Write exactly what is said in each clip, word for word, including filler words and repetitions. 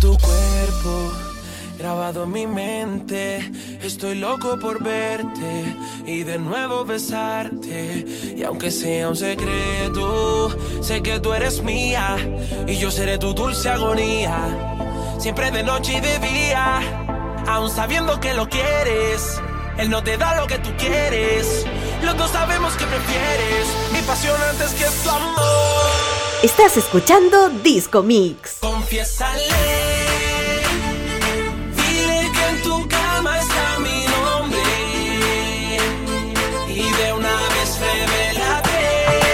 tu cuerpo grabado en mi mente. Estoy loco por verte y de nuevo besarte. Y aunque sea un secreto, sé que tú eres mía y yo seré tu dulce agonía. Siempre de noche y de día, aún sabiendo que lo quieres. Él no te da lo que tú quieres. Los dos sabemos que prefieres mi pasión antes que tu amor. Estás escuchando Disco Mix. Confiésale, dile que en tu cama está mi nombre y de una vez revélate.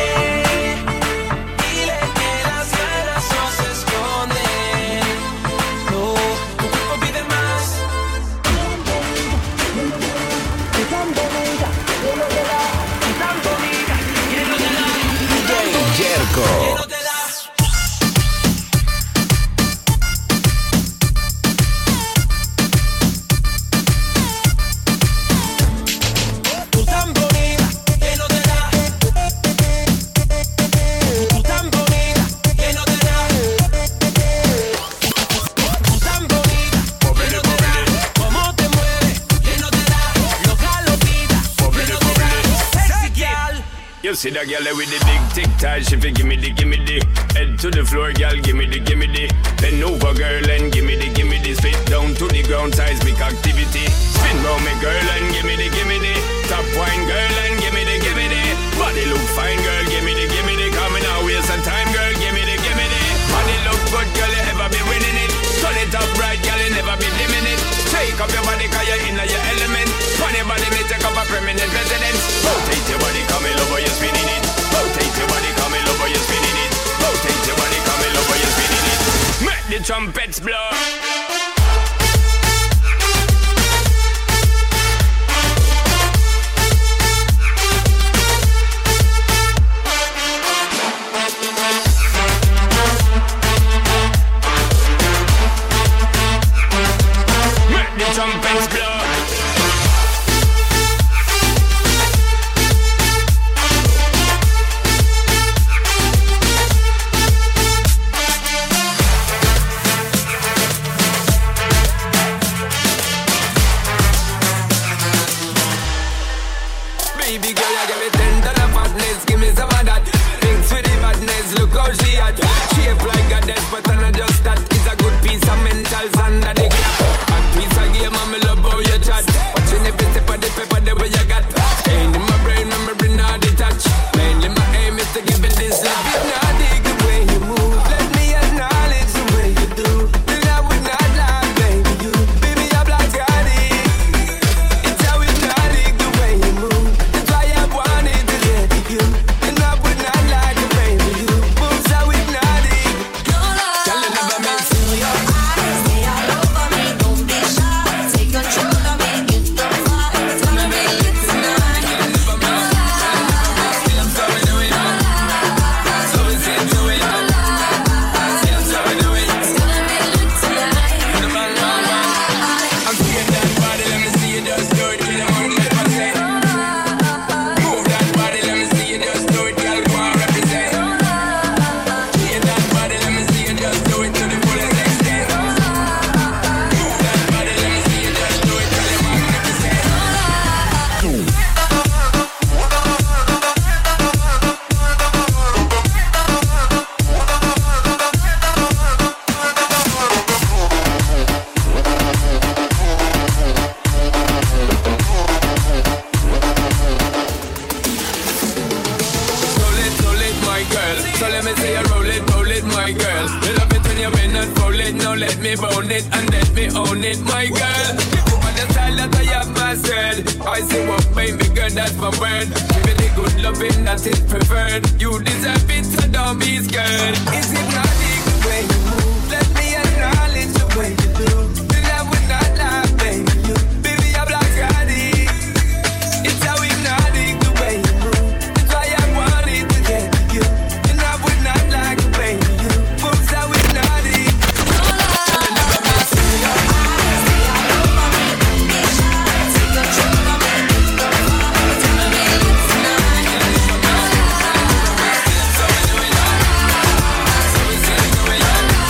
Dile que las ganas no se esconden. No, tu cuerpo pide más. D J Jerko. You see that girl with the big tic tac, she fi gimme the, gimme the. Head to the floor, girl, gimme the, gimme the. Bend over, girl, and gimme the, gimme the. Spit down to the ground, seismic activity. Spin round me, girl, and gimme the, gimme the. Top wine, girl, and gimme the, gimme the. Body look fine, girl, gimme the, gimme the. Coming out, waste some time, girl, gimme the, gimme the. Body look good, girl, you ever be winning it. Turn it up right, girl, you never be dimming it. Take up your body, cause you're in your element. Funny body, me take up a permanent residence. Rotate your body, come in over, you're spinning it. Rotate your body, come in over, you're spinning it. Rotate your body, come in over, you're spinning it. Make the trumpets blow. Trumpets blow. Baby girl, you give me ten ton of fatness, give me some of that. Thanks for the badness, look how she at. Shape like a death, but I'm not just that. It's a good piece of mental sand that they clap. And piece of game, and me love how you chat. Watching every step of the paper, the way you got. Staying in my brain, memory not detached. Mainly my aim is to give it this love. If not dig the way you move, let me acknowledge the way you do. Then I would not lie, baby, you. Baby, I'm like Gotti. It's how it's not dig the way you move. That's why I wanted to get to you. And I would not lie to baby, you. Moves how it's not dig. Tell you never meant to you. Stay all over me, don't be shy. Take control of me, get the fire. It's gonna be lit tonight. No lie, Still I'm sorry doing it. So we say do it. Still I'm sorry doing it. it's gonna be lit tonight. The man now want. I'm seeing that body, let me see you just do it. Kill 'em out, let me say. Move that body, let me see you just do it. Girl, go and represent. Shake that body, let me see you just do it to the fullest extent. Move that body, let me see you just do it. Girl, you magnificent. Roll it, roll it, my girl. So let me say you roll it, roll it, my girl. You love it when you win and roll it. Now let me bone it and let me own it, my girl. If you want the style that I have myself, I say what made me good, that's my word. Give me the good loving that is preferred. You deserve it, so don't be scared. Is it not the way you move? Let me acknowledge the way you do. Then I would not lie, baby, you. Baby, I'm like Gotti. It's how hypnotic the way you move. That's why I wanted to get to you. And I would not like the way you moves how hypnotic. no lie. Never meant to you. Stay all over me, don't be shy. Take control of me, get the fire. It's gonna be lit tonight. No lie, So we do it all. So we say do it all.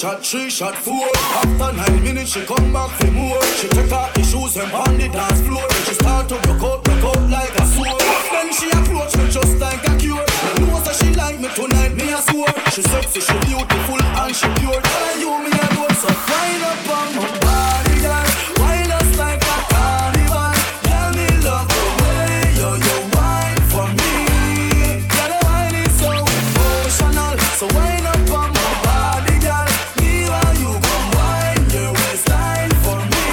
shot, three shot, four. After nine minutes, she come back for more. She take off the shoes and pound the dance floor. Then she start to rock out, rock out like a sword. Then she approach me just like a cure. I know that she like me tonight, me a swore. She sexy, she beautiful and she pure. Tell you me a do so wind up on my body, girl. Wind us like a carnival. Tell me love the way you you wine for me. Yeah, the wine is so emotional. So wind up on my body, girl. Me while you come wine your waistline for me.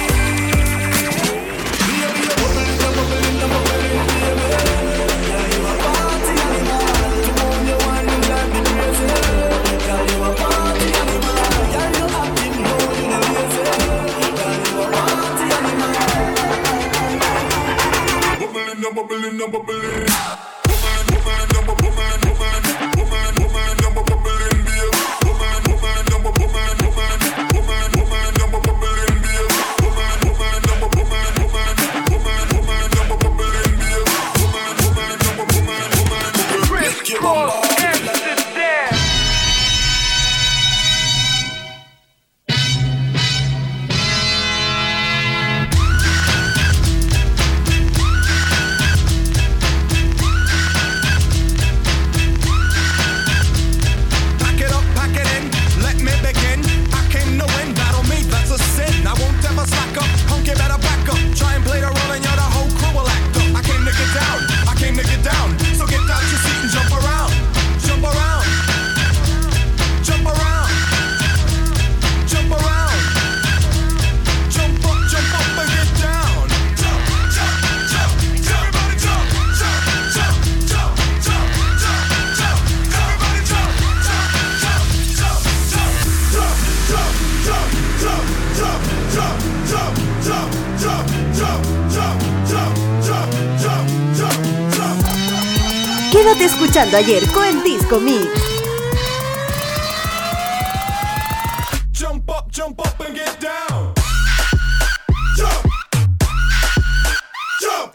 Baby, you're bubbling, you're bubbling, you're bubbling, baby. Yeah, you a party animal. To own your wine and drive me crazy. Girl, you a party animal. Girl, you active, no, you no lazy. Girl, you a party animal. Bubbling, you're bubbling, you're bubbling. Quédate escuchando a Yerko en Disco Mix. Jump up, jump up and get down. Jump. Jump.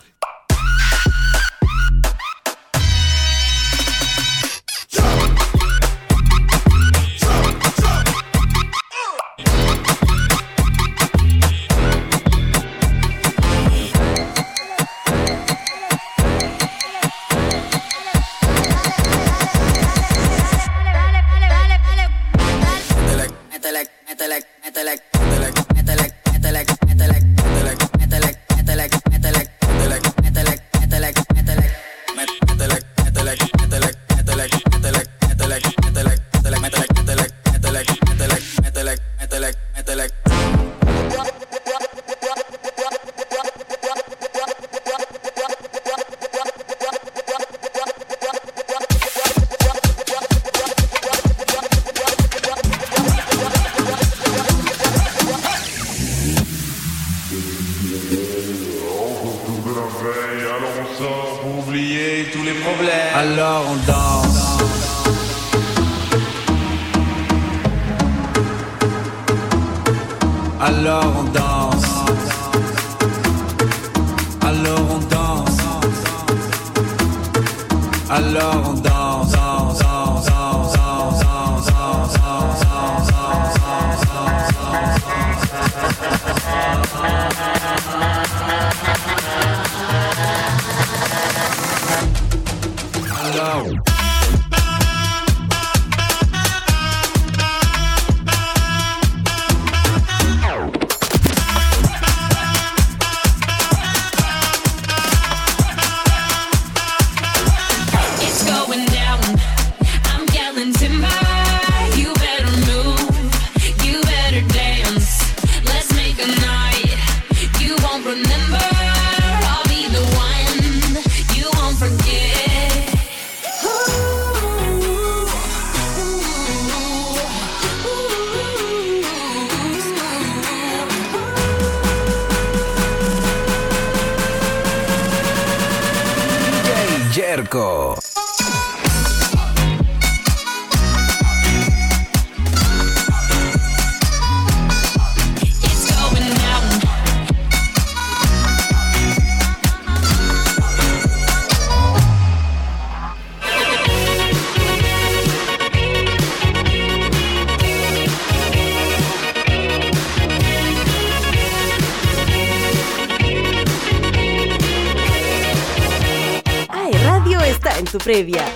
Alors on danse. Alors on danse. Alors on danse. Alors on danse. Alors Yerko. está en tu previa.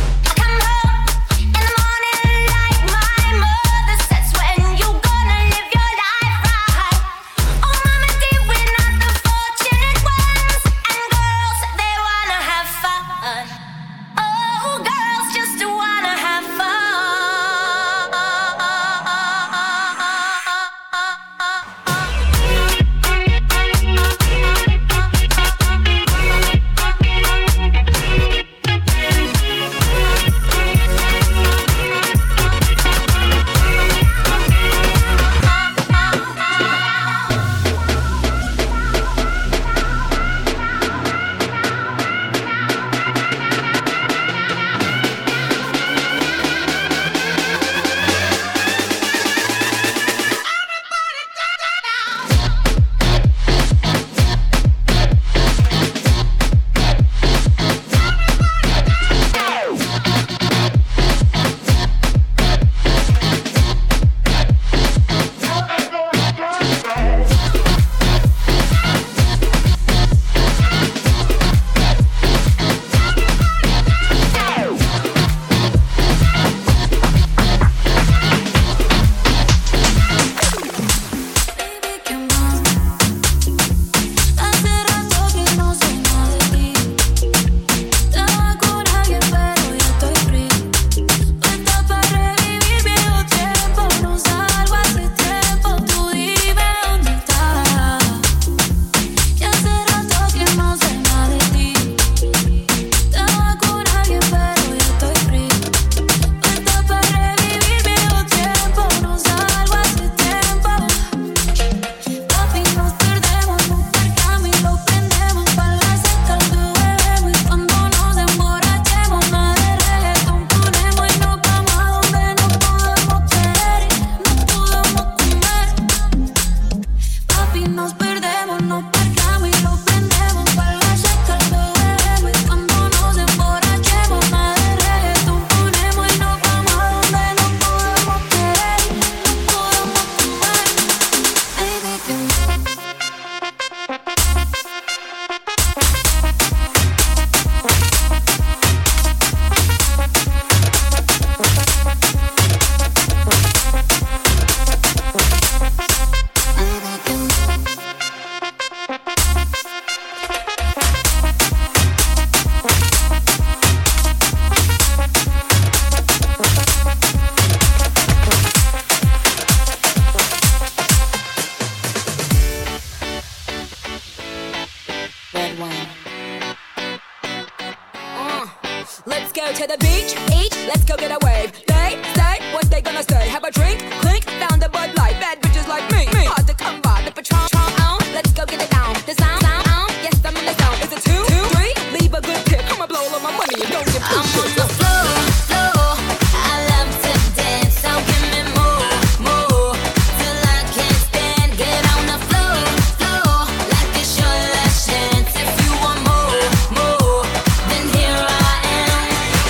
To the beach, each, let's go get a wave. They say what they gonna say. Have a drink, clink, found a Bud Light. Bad bitches like me, me. Hard to come by. The Patron, on, let's go get it down. The sound, sound, on, yes I'm in the zone. Is it two, two, three? Leave a good tip. I'ma blow all my money and don't get I'm on the floor, floor. I love to dance, so give me more, more. Till I can't stand. Get on the floor, floor. Like it's your last chance. If you want more, more, then here I am.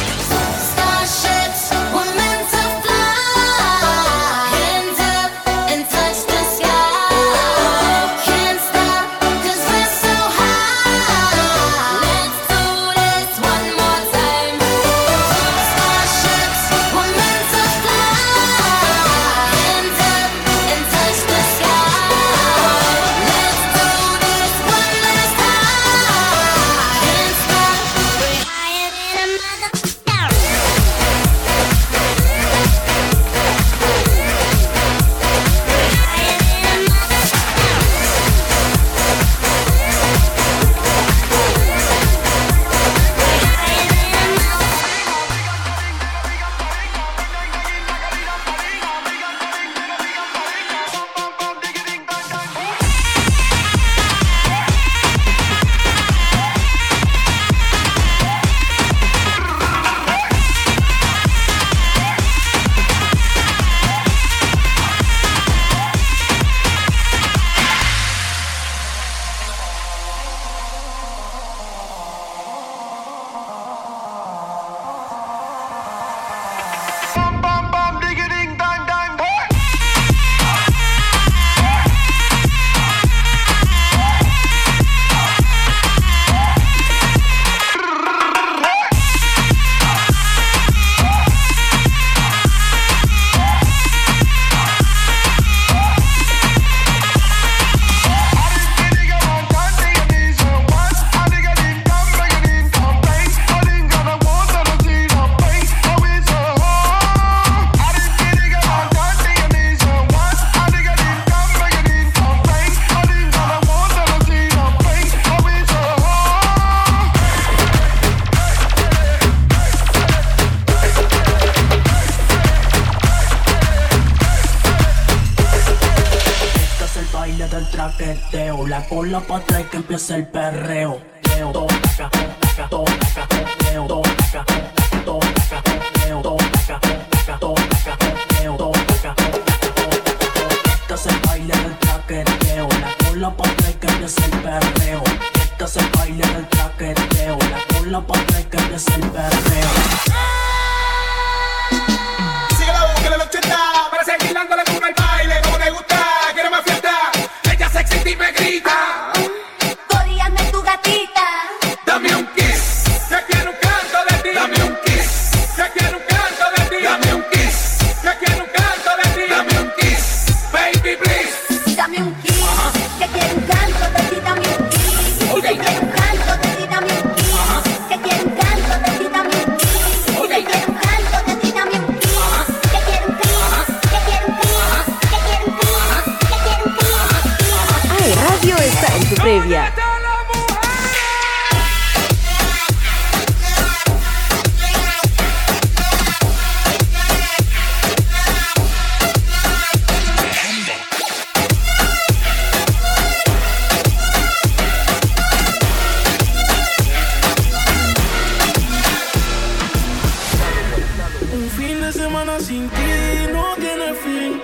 Starships were meant to fly. Hands up and touch the sky. Can't stop 'cause we're so high. Let's do this one more time. traqueteo. La cola pa' atrás que empieza el perreo. Todo taca, taca, todo taca, todo taca, todo taca, todo taca, todo taca, todo taca. Este es el baile del traqueteo. La cola pa' atrás que empieza el perreo. Este es el baile del traqueteo. La cola pa' atrás que empieza el perreo. Sigue la boca de los ochenta, para seguir dándole duro al baile. Como te gusta, quiere más fiesta. Ella sexy y me grita. Coríame tu gatita. Dame un kiss, que quiero un canto de ti. Dame un kiss, que quiero un canto de ti. Dame un kiss, que quiero un canto de ti. Dame un kiss, baby please. Dame un kiss, que quiero un canto de ti. Dame un kiss, Okay. que quiero un canto de ti. Dame un kiss, que quiero un canto de ti. Dame un kiss, que quiero un canto de ti. Dame un kiss, que quiero un kiss, que quiero un kiss, que quiero un kiss, que quiero un kiss. A E Radio está en tu previa. Un fin de semana sin ti no tiene fin.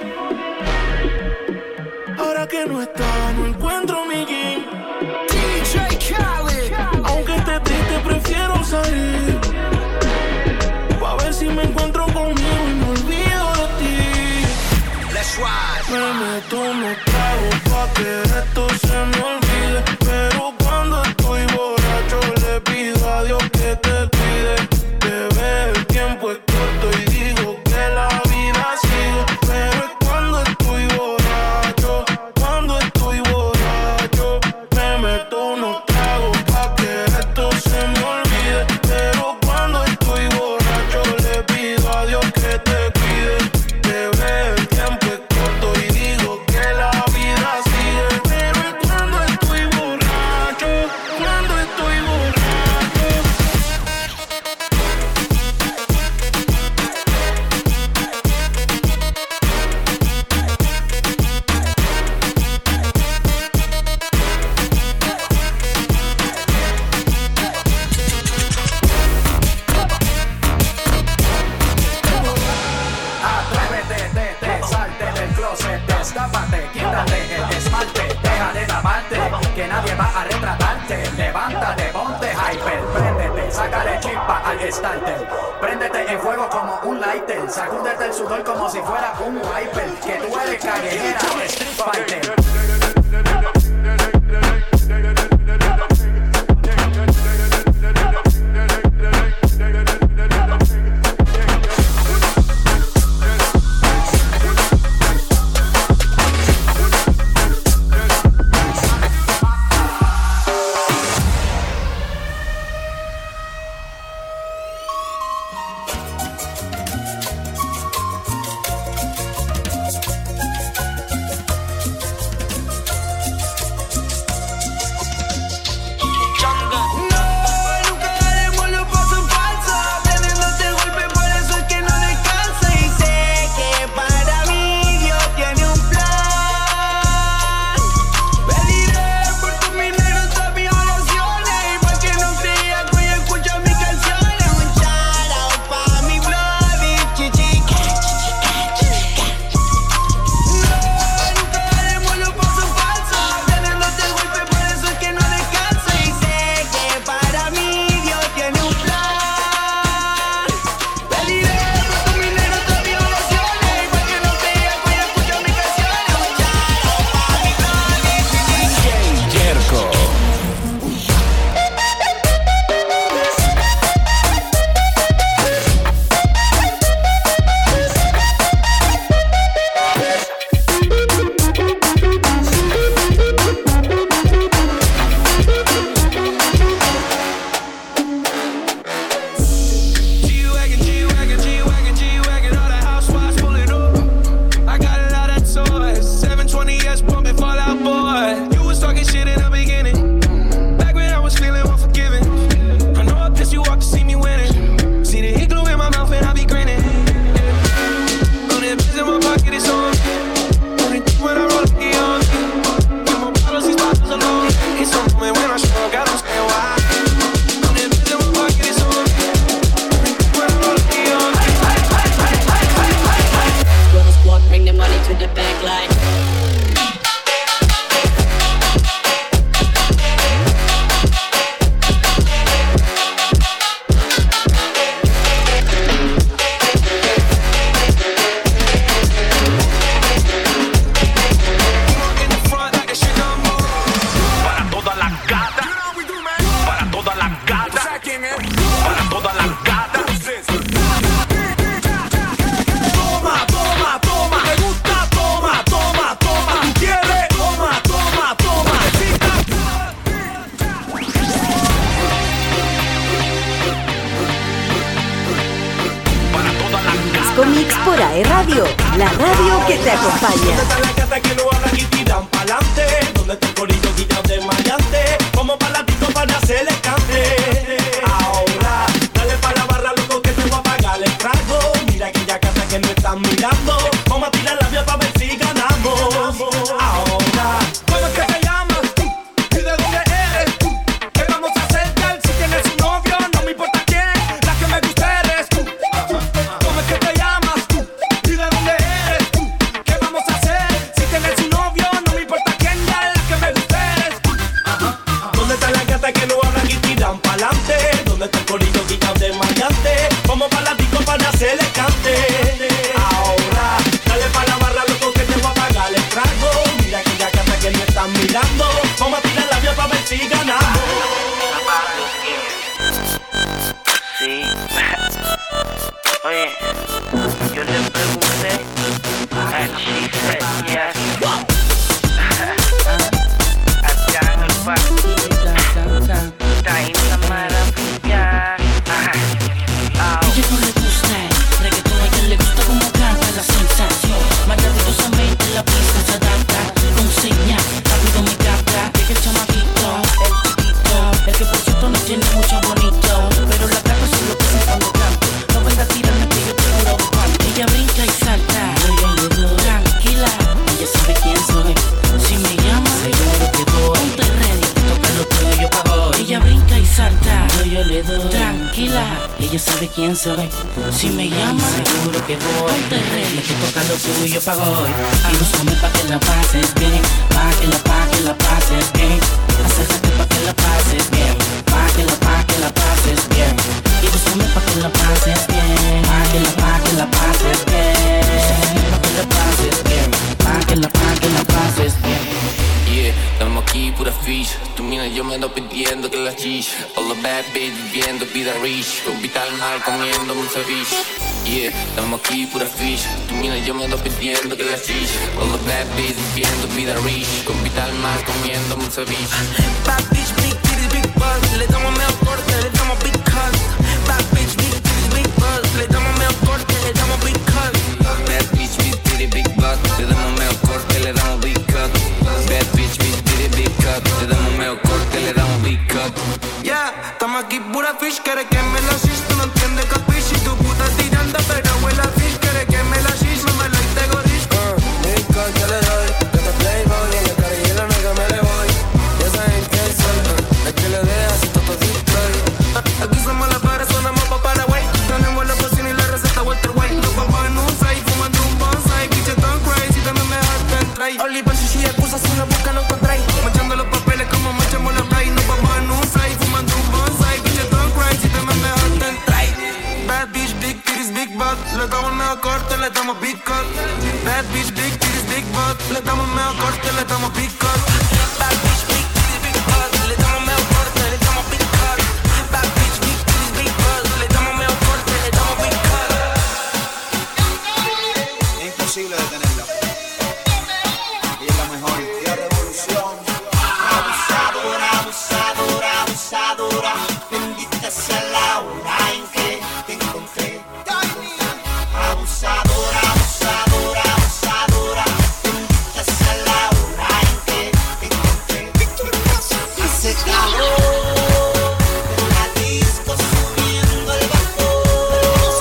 Ahora que no está, no encuentro mi game. D J Khaled. Aunque esté triste, prefiero salir pa' ver si me encuentro conmigo y me olvido de ti. Let's ride. Me meto unos tragos pa' que esto se me olvide. Pero cuando estoy borracho le pido a Dios que te cuide. Bebé, el tiempo es corto y digo que la vida sigue. Pero es cuando estoy borracho, cuando estoy borracho. Me meto unos tragos pa' que esto se me olvide. Pero cuando estoy borracho le pido a Dios que te cuide. Bebé, el tiempo es corto y digo que la vida sigue. Pero es cuando estoy borracho, cuando estoy borracho. Atrévete, te, te, salte del closet, destápate, quítate el esmalte, deja de taparte, que nadie va a retratarte. Levántate, ponte hyper, préndete, sácale chispa al starter, préndete en fuego como un lighter, sacúdete el sudor como si fuera un wiper, que tú eres callejera de Street Fighter. Por A E Radio, la radio que te acompaña. ¿Dónde está la gata que no hablan y tiran pa'lante? ¿Dónde está el corillo guillado de maleante? Como palatico para hacerle cante. Ahora, dale pa' la barra, loco, que te voy a pagar el trago. Mira aquella gata que no están mirando. Vamos a tirar la vía pa' ver si ganamos. Ahora, ¿cómo es que te llamas? ¿Y de dónde eres? ¿Qué vamos a hacer, girl? Si tienes un novio, no me importa quién. La que me gusta eres tú. ¿Cómo es que te llamas? ¿Y de dónde eres? ¿Qué vamos a hacer? Si tienes un novio, no me importa quién. Ya la que me gusta eres tú. ¿Dónde están las gatas que no hablan y tiran pa'lante? ¿Dónde está el corillo guillado de maleante? Vamos pa' la disco para hacerle cante. Ahora, dale pa' la barra, loco, que te voy a pagar el trago. Mira aquella gata que me están mirando. Vamos a tirar la vía pa' ver si ganamos. Sí. Oye, yo le pregunté and she said yes. Acá en el parque está en la maravilla. Ella no le gusta el reggaetón, a ella le gusta como canta la sensación. Maravillosamente la pista se adapta, con señas, rápido me capta. Llega el chamaquito, el chiquito, el que por cierto no tiene mucho bonito, pero la capa es lo que se cuando canto. No venga a tirarme que yo te juro cuánto. Ella brinca y salta, yo le doy, tranquila, ella sabe quién soy. Si me llama, seguro que voy. Ponte ready, te toca lo tuyo pa' hoy. Ella brinca y salta, yo, yo le doy, tranquila, ella sabe quién soy. Si me llama, seguro que voy. Ponte ready, te toca lo tuyo pa' hoy. Y búscame pa' que la pases bien, pa' que la, pa' que la pases bien. Acércate pa' que la pases bien, pa' que la, pa' que la pases bien. Y búscame pa' que la pases bien, pa' que la, pa' que la pases bien. Pa' que la pases bien, pa' que la, pa' que la pases bien. Yeah, estamos aquí pura fish. Tu mina yo me ando pidiendo que la chish. All the bad bitches viendo vida rich. Con vital mal comiendo mucha fish. Yeah, estamos aquí pura fish. Tu mina yo me ando pidiendo que la chish. All the bad bitches viendo vida rich. Con vital mal comiendo mucha fish. Bad bitch, big titties, big buzz. Le damos medio corte, le damos big cut. Bad bitch, big titties, big buzz. Le damos medio corte, le damos big cut. Bad bitch, big titty, big butt. Le damos medio corte, le damos big cut. Bad bitch, big titty, big cut. Le damos medio corte, le damos big cut. Yeah, estamos aquí pura fish. Quiere que me la shish, tú no entiendes capish. Y tu puta tirando, pero huele a fish. Quiere que me la shish, no me la integro dish. Uh, big cut, que le doy. Que te playboy, en el carro y en la nega me le voy. Ya saben quién soy, uh, es que le dejas y todo destroy. Aquí somos la pared, sonamos pa' Paraguay. Tenemos la cocina y la receta Walter White. Los papás en un side, fumando un bonsai. Kitchen tan crazy, también me dejaste entrar. Only punch y excusas, si no busca no encontráis. Manchando los papeles como manchamos la play. Los papás en un side, fumando un bonsai. Kitchen tan crazy, también me dejaste entrar. Bad bitch, big titties, big butt. Le damos medio corte, le damos big cut. Bad bitch, big titties, big butt. Le damos medio corte, le damos big cut. Bad bitch, big titties, big butt. Le damos medio corte, le damos big cut. Bad bitch, big titties, big butt. Le damos medio corte, le damos big cut. Es imposible detenerla. Ella es la mejor. Y la revolución. Abusadora, abusadora, abusadora. Bendita sea la hora en que te encontré. Abusadora, abusadora, abusadora. Bendita sea la hora en que te encontré. Hace calor en la disco subiendo el vapor.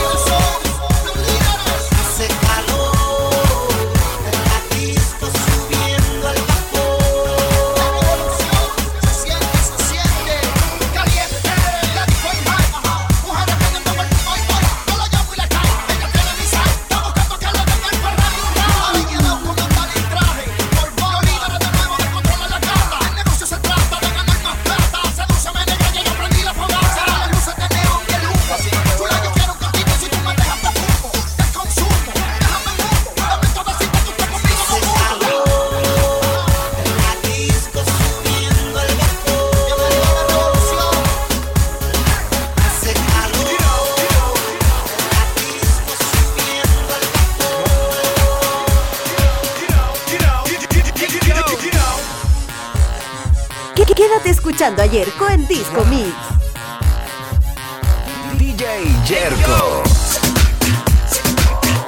Hace calor en la disco subiendo el vapor. Se siente, se siente caliente. La disco en baja, mujeres poniendo por ti, voy, voy. Yo la llamo y la cae. Ella tiene mi sal. Está buscando que le den el perreo. Ahora quedó con un tal y traje. Por favor, líderes de nuevo, descontrola la gata. El negocio se trata de ganar más plata. Sedúceme, negra, y yo prendí la fogata. Las luces de neón y el humo. Chula, yo quiero un cantito si tú me dejas te fumo. Te consumo, déjame el humo. Dame todo así que tú estés conmigo, no mundo. En la disco subiendo el vapor. Bienvenido a la revolución. Hace calor en la disco subiendo el Qu- Quédate escuchando a Yerko en Disco Mix. D J Yerko.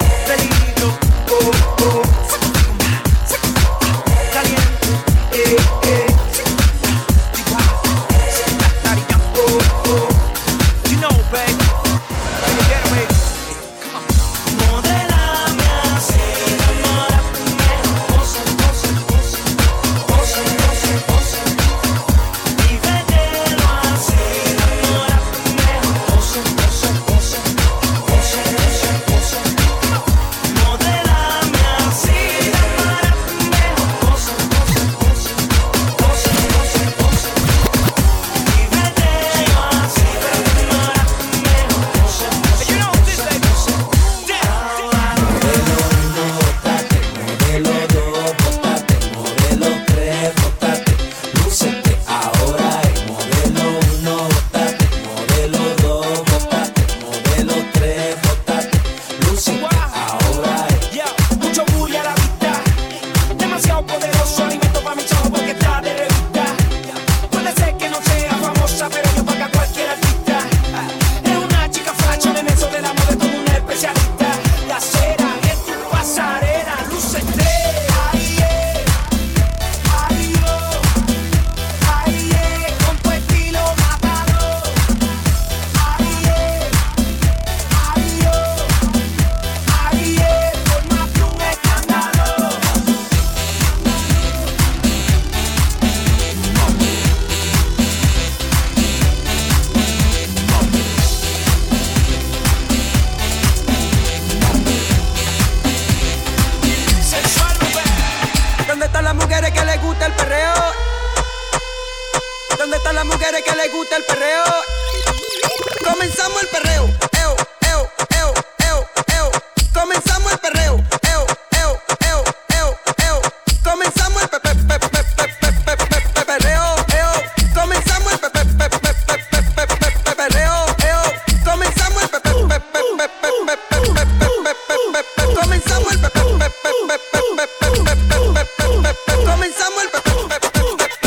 el perreo. Comenzamos el perreo. Eo, eo, eo, eo, eo. Comenzamos el perreo. Eo, eo, eo, eo, eo. Comenzamos el pe pe pe pe pe pe pe pe pe perreo. Eo. Comenzamos el pe pe pe pe pe pe pe pe pe perreo. Eo. Comenzamos el pe pe pe pe pe pe pe pe pe pe pe pe. Comenzamos el pe pe pe pe pe pe pe pe pe pe pe. Comenzamos el pe pe pe pe.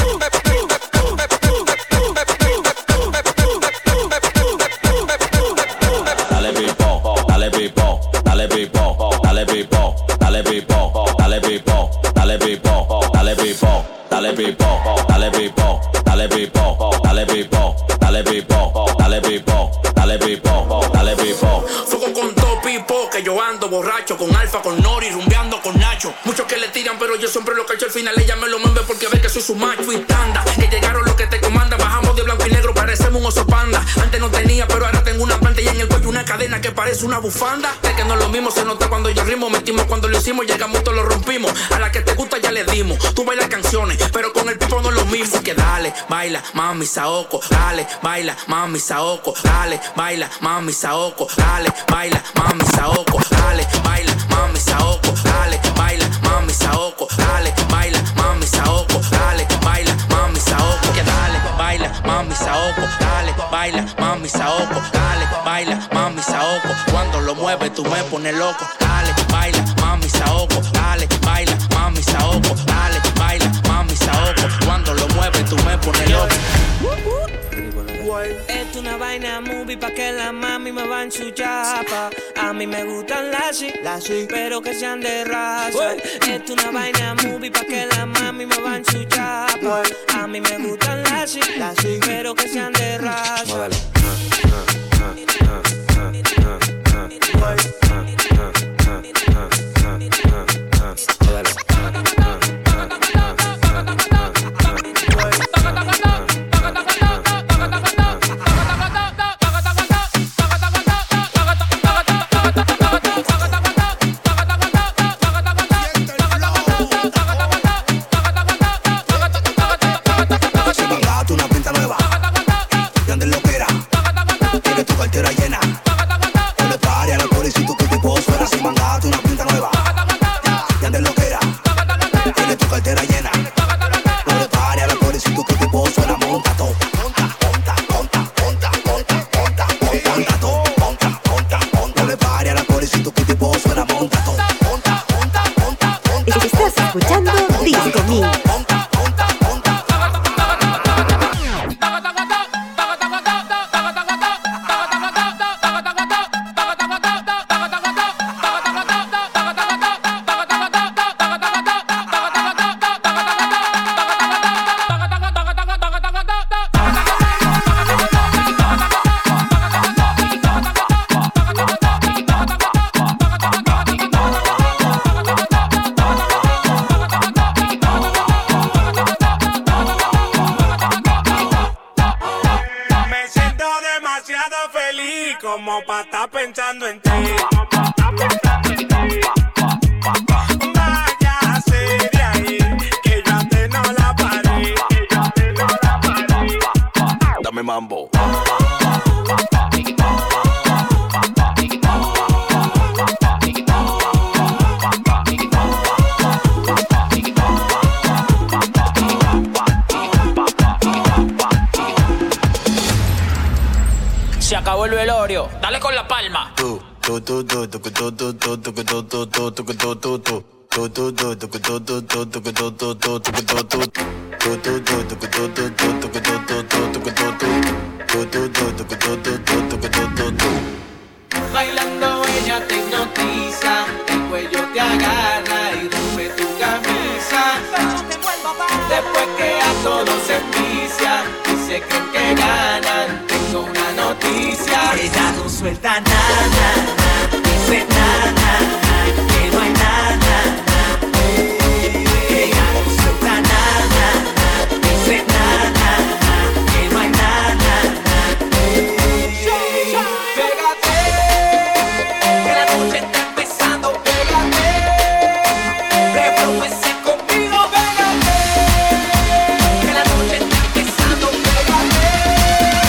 Dale pipo, dale pipo, dale pipo, dale pipo, dale pipo, dale pipo, dale pipo, dale pipo, dale pipo, dale pipo, dale pipo, dale pipo, dale pipo, dale pipo, dale pipo, dale pipo. Fuego con todo pipo, que yo ando borracho con Alfa, con Nori, rumbeando con Nacho. Muchos que le tiran, pero yo siempre lo cacho al final. Ella me lo mueve porque ve que soy su macho y tanda. Que llegaron los que te comandan, bajamos de blanco y negro, parecemos un oso panda. Antes no tenía, pero ahora tengo una planta y en el cuello una cadena que parece una bufanda. De que no es lo mismo, se nota cuando yo rimo. Metimos cuando lo hicimos, llegamos, todos lo rompimos. A la que te gusta ya le dimos. Tú bailas canciones, pero con el pipo no es lo mismo. Así que dale, baila, mami, saoco. Dale, baila, mami, saoco. Dale, baila, mami, saoco. Dale, baila, mami, saoco. Dale, baila, mami, saoco. Dale, baila, mami, saoco. Dale, baila, mami, saoco. Dale, baila, mami, saoco. Que dale, baila, mami, saoco. Dale, baila, mami, saoco. Dale, baila, mami, saoco. Cuando lo mueves tú me pones loco. Dale, baila, mami, saoco. Dale, baila, mami, saoco. Dale, baila, mami, saoco. Cuando lo mueves tú me pones loco. Es una vaina movie pa' que la mami me va en su chapa. A mí me gustan las sí, pero que sean de raza. Es una vaina movie pa' que la mami me va en su chapa. A mí me gustan las sí, pero que sean de raza. como pa' estar pensando en ti. Váyase de ahí, que yo antes no la paré, que yo antes no la paré. Dame mambo. Se acabó el velorio, dale con la palma. Bailando ella te hipnotiza, el cuello te agarra y rompe tu camisa. Después que a todos se envicia y se creen que ganan, tengo una noticia. Ella no suelta nada, dice nada, que no hay nada. Ella no suelta nada, dice nada, que no hay nada. Pégate, que la noche está empezando. Pégate, revuélvese conmigo. Pégate, que la noche está empezando. Pégate.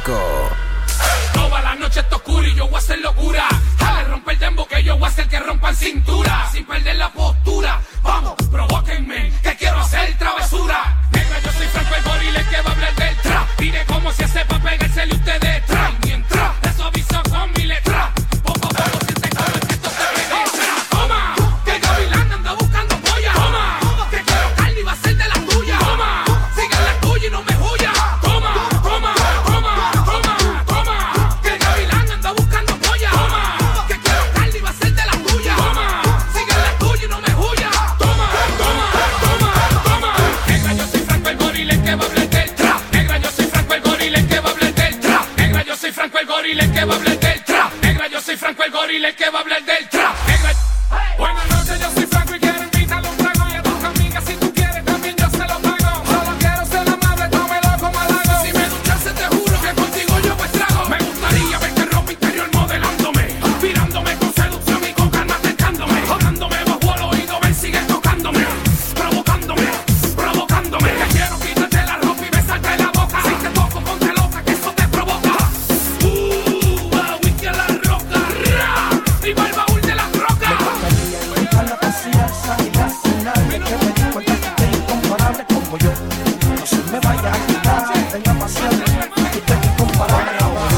Disco. Toda la noche está oscura y yo voy a hacer locura. Dale, rompe el dembo que yo voy a hacer que rompan cintura. Sin perder la postura, vamos, provóquenme, que quiero hacer travesura. Negra, yo soy Franco el gorila que va a hablar del trap. Diré como si ese pa' pegársele ustedes trap. Mientras, eso aviso con mi letra. Poco a poco siente como el que esto se penetra. Toma, que Gavilán anda buscando polla. Toma, que quiero carne y va a ser de la tuya. Toma, sigue la tuya y no me huya. Toma, toma, toma, toma, toma. Que Gavilán anda buscando polla. Toma, que quiero carne y va a ser de la tuya. Toma, sigue la tuya y no me huya. Toma, toma, toma, toma. Negra, yo soy Franco el gorila que va a hablar del trap. Negra, yo soy Franco el gorila que va a hablar del trap. Negra, yo soy Franco el gorila que va a hablar del trap. Negra, yo soy Franco el gorila que va a hablar del trap. Negra, buenas noches, yo soy Franco y quiero invitarle un trago y a tus amigas si tú quieres también yo se lo pago. Solo quiero ser amable, tómelo como halago. Si me duchase te juro que contigo yo pues trago. Me gustaría verte ropa interior modelándome, inspirándome con seducción y con calma atacándome, hablándome bajo al oído, ven sigue tocándome, provocándome, provocándome. Que quiero quitarte la ropa y besarte la boca. Si te toco ponte loca que eso te provoca. Uh, va whisky a la roca, ra, y va al baúl de las rocas. Encontrar la paciencia y la señal de que me di cuenta que usted es incomparable como yo. No se me vaya a quitar, tenga paciencia, que usted es incomparable como yo.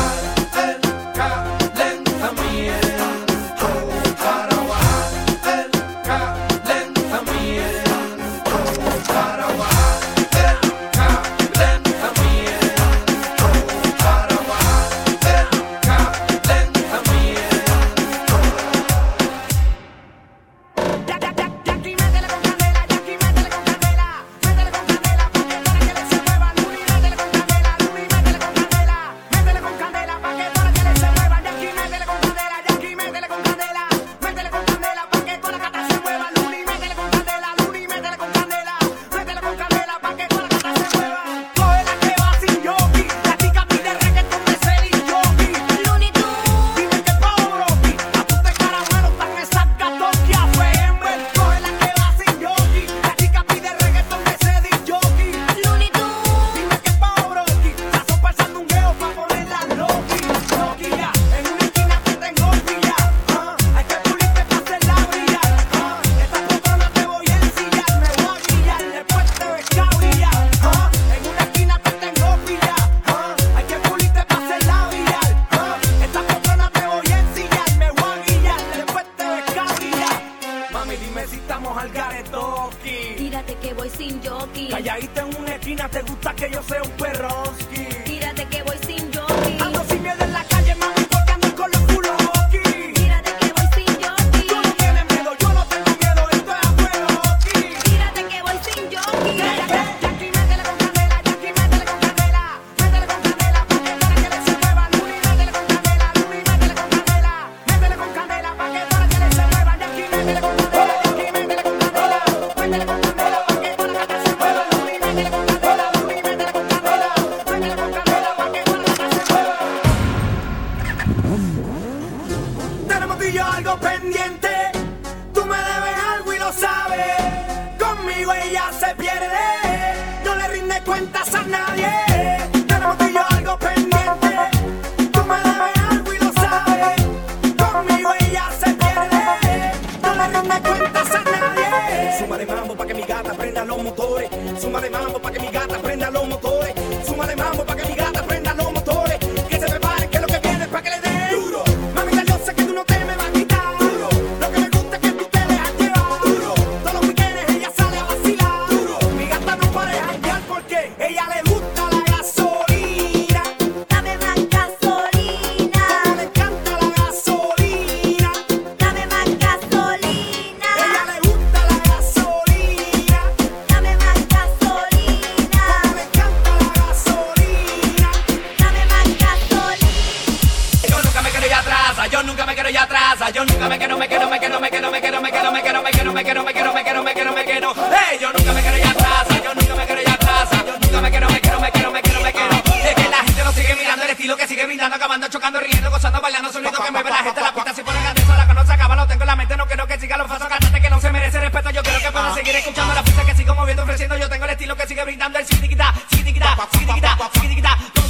Para bajar el calentamiento, para bajar el calentamiento, para bajar el calentamiento. Jackie, métele con candela, Jackie, métele con candela, métele con candela, pa' que para que le se mueva. Luli, métele con candela, Luli, métele con candela, métele con candela, pa' que para que le se mueva. Jackie, métele con candela, Jackie, métele con candela, métele con candela, pa' que toda la cata se mueva. Luli, métele con candela, Luli, métele con candela, métele con candela, pa' que toda la cata se mueva. Coge la que va sin yoki, la chica pide reggaetón de Celine Yoki. Looney Tunes, dime que Pau Rocky, a tu te caramelo pa' que salga Tokia Fember. Coge la que va sin yoki, la chica pide reggaetón de Celine Yoki. Looney Tunes, dime que Pau Rocky, la sopa el sandungueo pa' ponerla Loki. Loki ya, en una esquina te tengo pilla, ah, hay que pulirte pa' hacerla brillar, ah, esta poltrona te voy a ensillar, me voy a guillar, después te ves cabrillar, ah, en una esquina te tengo pilla, ah, hay que pulirte pa' hacerla brillar, ah, esta poltrona te voy a ensillar, me voy a guillar, después te ves cabrillar. Mami, dime si estamos al garetoki. Tírate que voy sin jockey. Calladita en una esquina, te gusta que yo sea un perroski. Tírate que voy sin jockey. Ando sin miedo en la calle, mami, porque ando con los culos hockey. Tírate que voy sin jockey. Tú no tienes miedo, yo no tengo miedo, esto es afuera hockey. Tírate que voy sin jockey. Jackie, métele con candela, Jackie, métele con candela, métele con candela, pa' que para que le se mueva. Luli, métele con candela, Luli, métele con candela, métele con candela, pa' que para que le se mueva. Jackie, métele con candela, Jackie, métele con candela, métele con candela, pa' que para que se mueva. Luli, métele con candela, Luli, métele con candela, métele con candela, pa' que para que se mueva. Tenemos tú y yo algo pendiente, tú me debes algo y lo sabes. Conmigo ella se pierde, no le rinde cuentas a nadie. Tenemos tú y yo algo pendiente, tú me debes algo y lo sabes. Conmigo ella se pierde, no le rinde cuentas a nadie. Suma de mambo pa' que mi gata prenda los motores, suma de mambo pa' que mi gata prenda los motores, suma de mambo pa' que mi gata prenda los motores. Que se prepare que lo que viene es pa' que le dé duro. Mamita, yo sé que tú no te me vas a quitar duro. Lo que me gusta es que tú te dejas llevar duro. Todos los weekends ella sale a vacilar duro. Mi gata no para de janguear porque ella le gusta la gasolina. Dame más gasolina. Como le encanta la gasolina. Dame más gasolina. Ella le gusta la gasolina. Dame más gasolina. Como le encanta la gasolina. Dame más gasolina. Yo nunca me quedo ya atrás, yo nunca me quedo ya atrás, yo nunca me quedo, me quedo, me quedo, me quedo, me quedo, me quedo, me quedo, me quedo, me quedo, me quedo, me quedo, me quedo, me quedo. Hey, yo nunca me quedo ya atrás, yo nunca me quedo ya atrás, yo nunca me quedo, me quedo, me quedo, me quedo, me quedo. Es que la gente lo sigue mirando, el estilo que sigue brindando, acabando, chocando, riendo, gozando, bailando, sonido que mueve la gente, la pista si pone grandeza, la conoce, acaba, lo tengo en la mente, no quiero que siga los pasos, cantante que no se merece respeto, yo quiero que puedan seguir escuchando la pista que sigo moviendo, ofreciendo, yo tengo el estilo que sigue brindando, el sigue-tiquita, sigue-tiquita, sigue-tiquita, sigue-tiquita,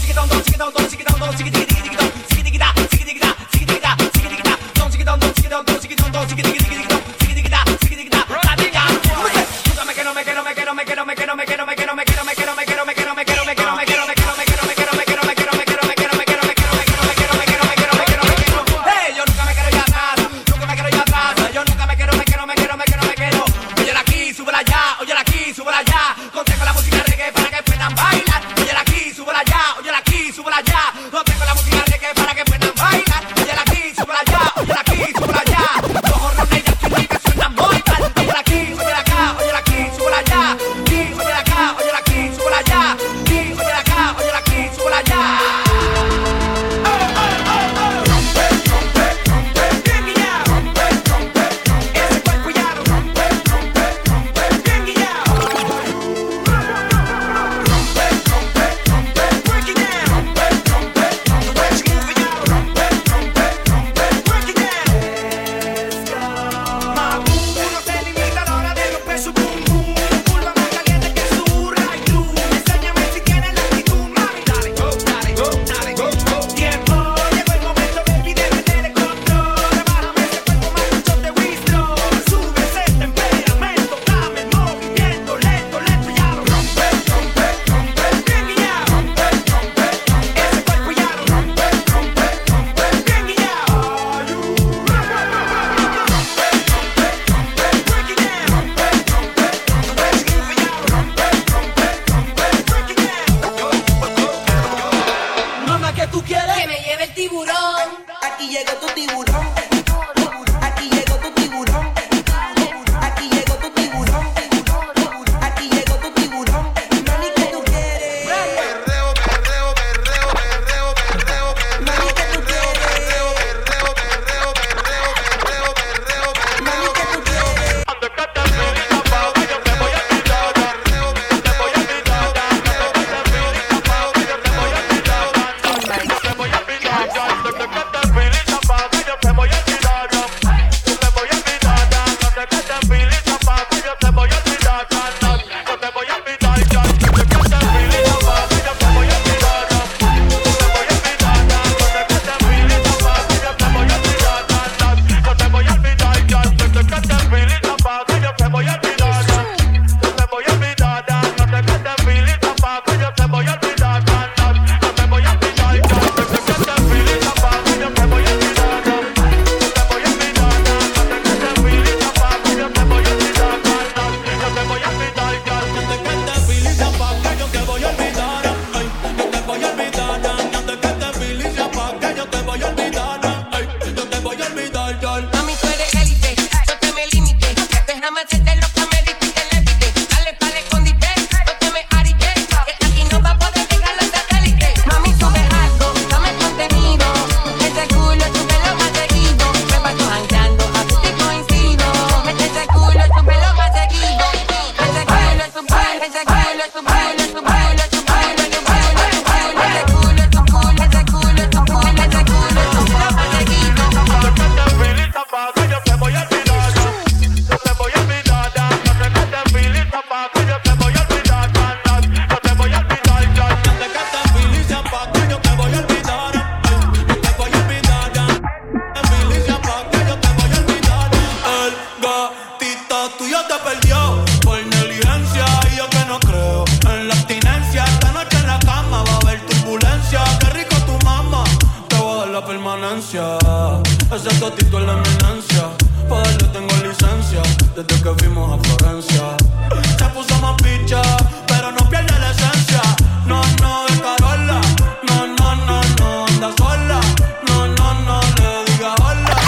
permanencia. Ese totito es la eminencia. Pa' darle tengo licencia desde que fuimos a Florencia. Se puso más picha, pero no pierde la esencia. No, no, es Carola. No, no, no, no, anda sola. No, no, no, le diga hola.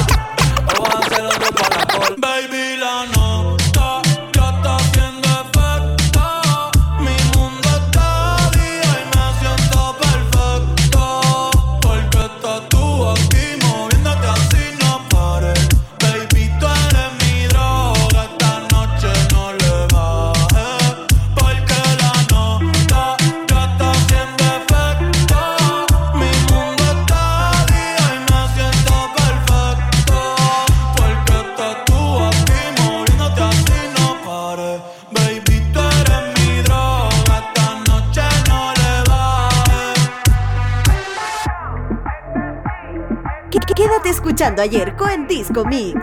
O va a hacer algo para la cola. Baby, la nota ya está haciendo efecto. Mi mundo está día y me siento perfecto. Porque estás tú aquí moviéndote así, no pares. Baby, tú eres mi droga. Esta noche no le Quédate escuchando a Yerko en Disco Mix.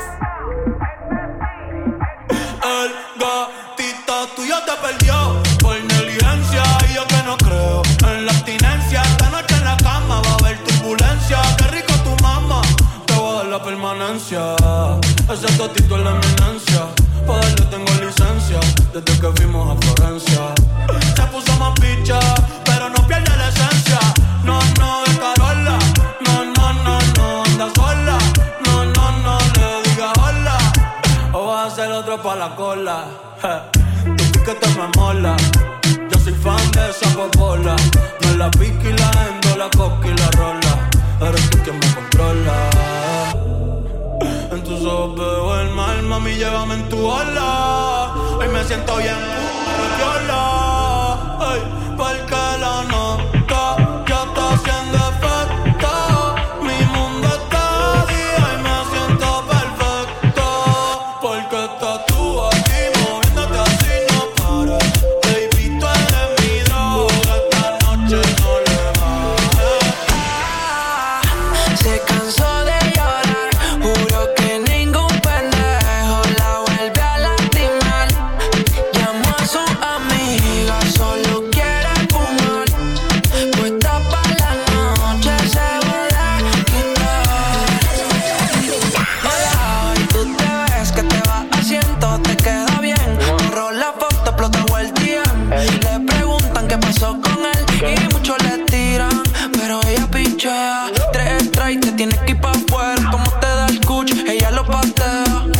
El gatito tuyo te perdió por negligencia y yo que no creo en la abstinencia. Esta noche en la cama va a haber turbulencia. Qué rico tu mamá, te voy a dar la permanencia. Ese totito es la eminencia. Pa' darle tengo licencia desde que fuimos a Florencia. Se puso más picha, pero no pierde la esencia. No, no, de Carola. No, no, no, no, anda sola. No, no, no, le digas hola. O vas a hacer otro pa' la cola. Je, tu piquete me mola. Yo soy fan de esa popola. Me la pique y la endo, la coca y la rola. Eres tú quien me controla. En tus ojos veo el mal, mami, llévame en tu ola. Hoy me siento bien, viola. Ay, porque la nota ya está haciendo efecto. Mi mundo está día y me siento perfecto. Porque estás tú aquí moviéndote así, no pares. Baby, tú eres mi droga, esta noche no le bajes. Se cansó de llorar, juro que ningún pendejo la vuelve a lastimar. Llamó a su amiga, solo quiere fumar. Puesta pa' la noche se va a quitar. Hola, y tú te ves que te vas haciendo, te queda bien. Borró la foto, explotó el D M. Le preguntan qué pasó con él y muchos le tiran, pero ella pichea. Tres strikes, te tienes que ir pa' afuera. Como te da el cuch, ella lo patea.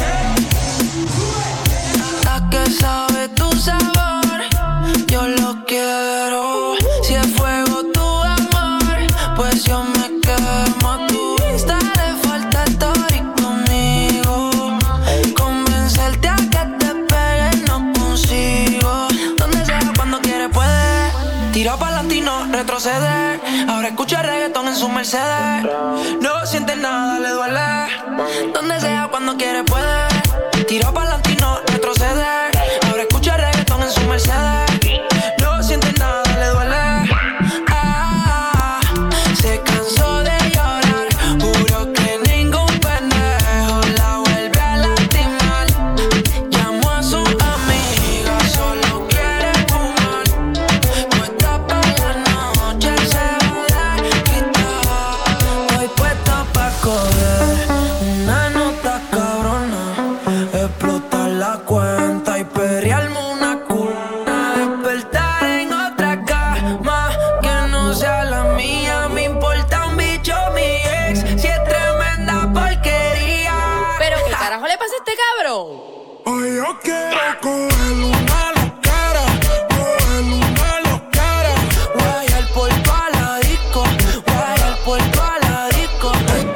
La que sabe tu sabor, yo lo quiero. Si es fuego tu amor, pues yo me quemo. Tu Insta le falta story conmigo. Convencerte a que te pegues no consigo. Donde sea, cuando quiere puede. Tira pa'lante y no retrocede. Ahora escucha reggaetón en su Mercedes. No siente nada, le duele. Donde sea, cuando quiere puede. Tira pa'lante y no retrocede. Ahora escucha reggaetón en su Mercedes. No siente nada, le duele. Ah, se cansó de llorar. Juro que ningún pendejo la vuelve a lastimar. Llamó a su amiga, solo quiere fumar. Puesta pa' la noche se va a quitar. Estoy puesta pa' coger una nota cabrona, explotar la cuenta y perrearme una cuna. Despertar en otra cama que no sea la mía. Me importa un bicho mi ex, si es tremenda porquería. Pero ¿qué carajo le pasa a este cabrón? Hoy yo quiero coger una loquera, coger una loquera. Guayar por toda la disco, guayar por toda la disco.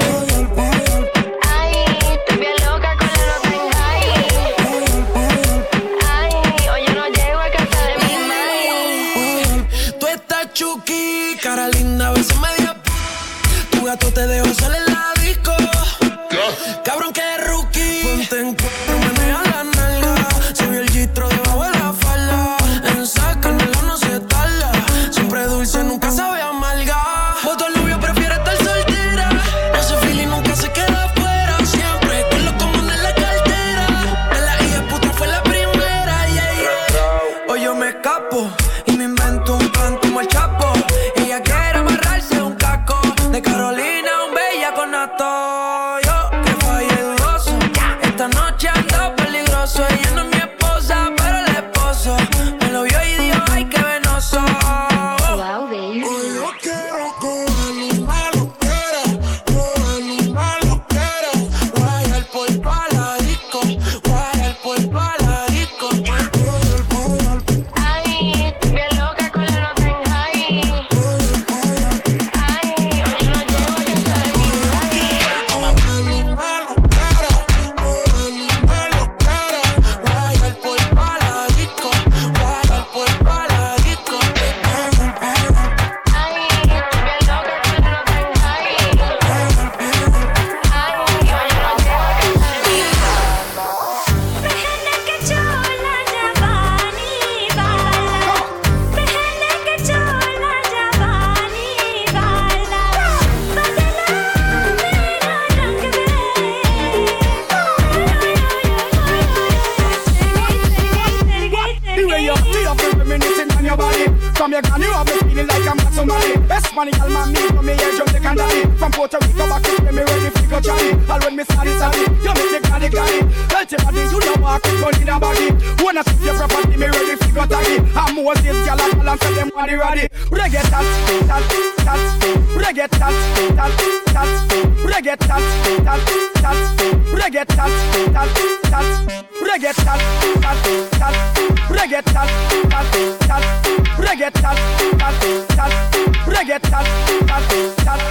Ay, estoy bien loca con la nota en high. Ay, hoy yo no llego a casa de mi mami. Tú estás chuki, cara linda, a veces media p. Tu gato te dejó sola en la disco. Cabrón que es rookie. Ponte en cuatro, menea la nalga. Se vio el gistro debajo de la falda. En sacármelo no se tarda. Siempre dulce, nunca sabe amarga. Voto el novio, prefiere estar soltera. Ese feeling nunca se queda afuera. Siempre con lo común en la cartera. De la hija puta fue la primera, yeah, yeah. Hoy yo me escapo y me invento un plan como el Chapo. Ella quiere amarrarse un caco. De Carolina, un bellaco have me feeling like I'm at somebody. Best money, all my me from me here, Jamaican daddy. From Puerto Rico back to me ready to go Johnny. All when me started, started, you make me granny granny. Tell your body, you know walk it, run in a body. Wanna see your property, me ready to go taggy. I'm Moses, gyal and all and tell them body ready. Reggae tat, tat, tat, reggae tat, tat, tat, reggae tat, tat, tat, reggae tat, tat, tat, reggae tat, tat, tat, reggae tat, tat, tat, reggae tat, tat, tat, reggae tat, tat, tat.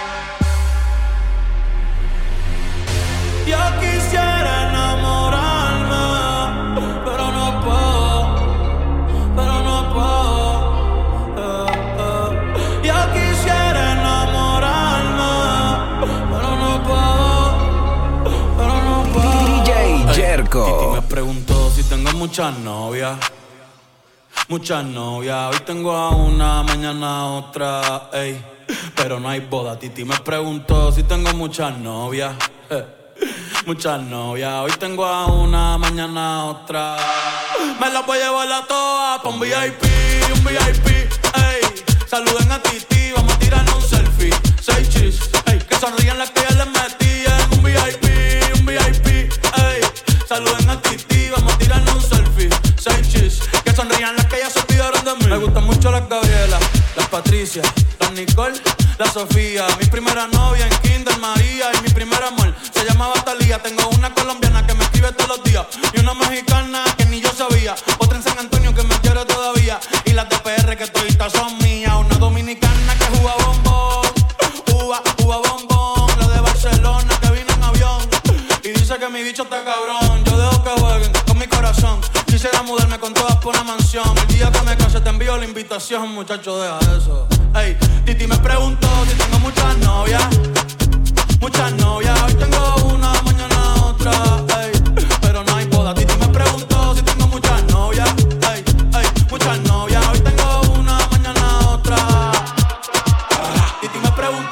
Yo quisiera enamorarme, pero no puedo, pero no puedo. Eh, eh. Yo quisiera enamorarme, pero no puedo, pero no puedo. D J Jerko. Titi me preguntó si tengo muchas novias. Muchas novias, hoy tengo a una, mañana a otra, ey. Pero no hay boda. Titi me preguntó si tengo muchas novias. Eh. Muchas novias, hoy tengo a una, mañana a otra. Me las voy a llevar a todas pa' un V I P, un V I P, ey. Saluden a Titi, vamos a tirarnos un selfie. Seis chis, ey. Que sonrían las que ya les metí en un V I P, un V I P, ey. Saluden a Titi, vamos a tirarnos un selfie. Seis chis, que sonrían las que ya se olvidaron de mí. Me gustan mucho las Gabriela, las Patricia, las Nicole, la Sofía. Mi primera novia en Kinder María y mi primer amor se llamaba Talía. Tengo una colombiana que me escribe todos los días y una mexicana que ni yo sabía. Otra en San Antonio que me quiere todavía y las de P R que toditas son mías. Una dominicana que juega bombón, uva, uva bombón. La de Barcelona que vino en avión y dice que mi bicho está cabrón. Yo dejo que jueguen con mi corazón. Quisiera mudarme con todas por una mansión. El día que me case te envío la invitación, muchacho, deja eso. Ey, Titi me preguntó si tengo muchas novias. Muchas novias, hoy tengo una, mañana otra, ey. Pero no hay boda. Titi me preguntó si tengo muchas novias. Ey, ey, muchas novias, hoy tengo una, mañana otra. Titi me preguntó.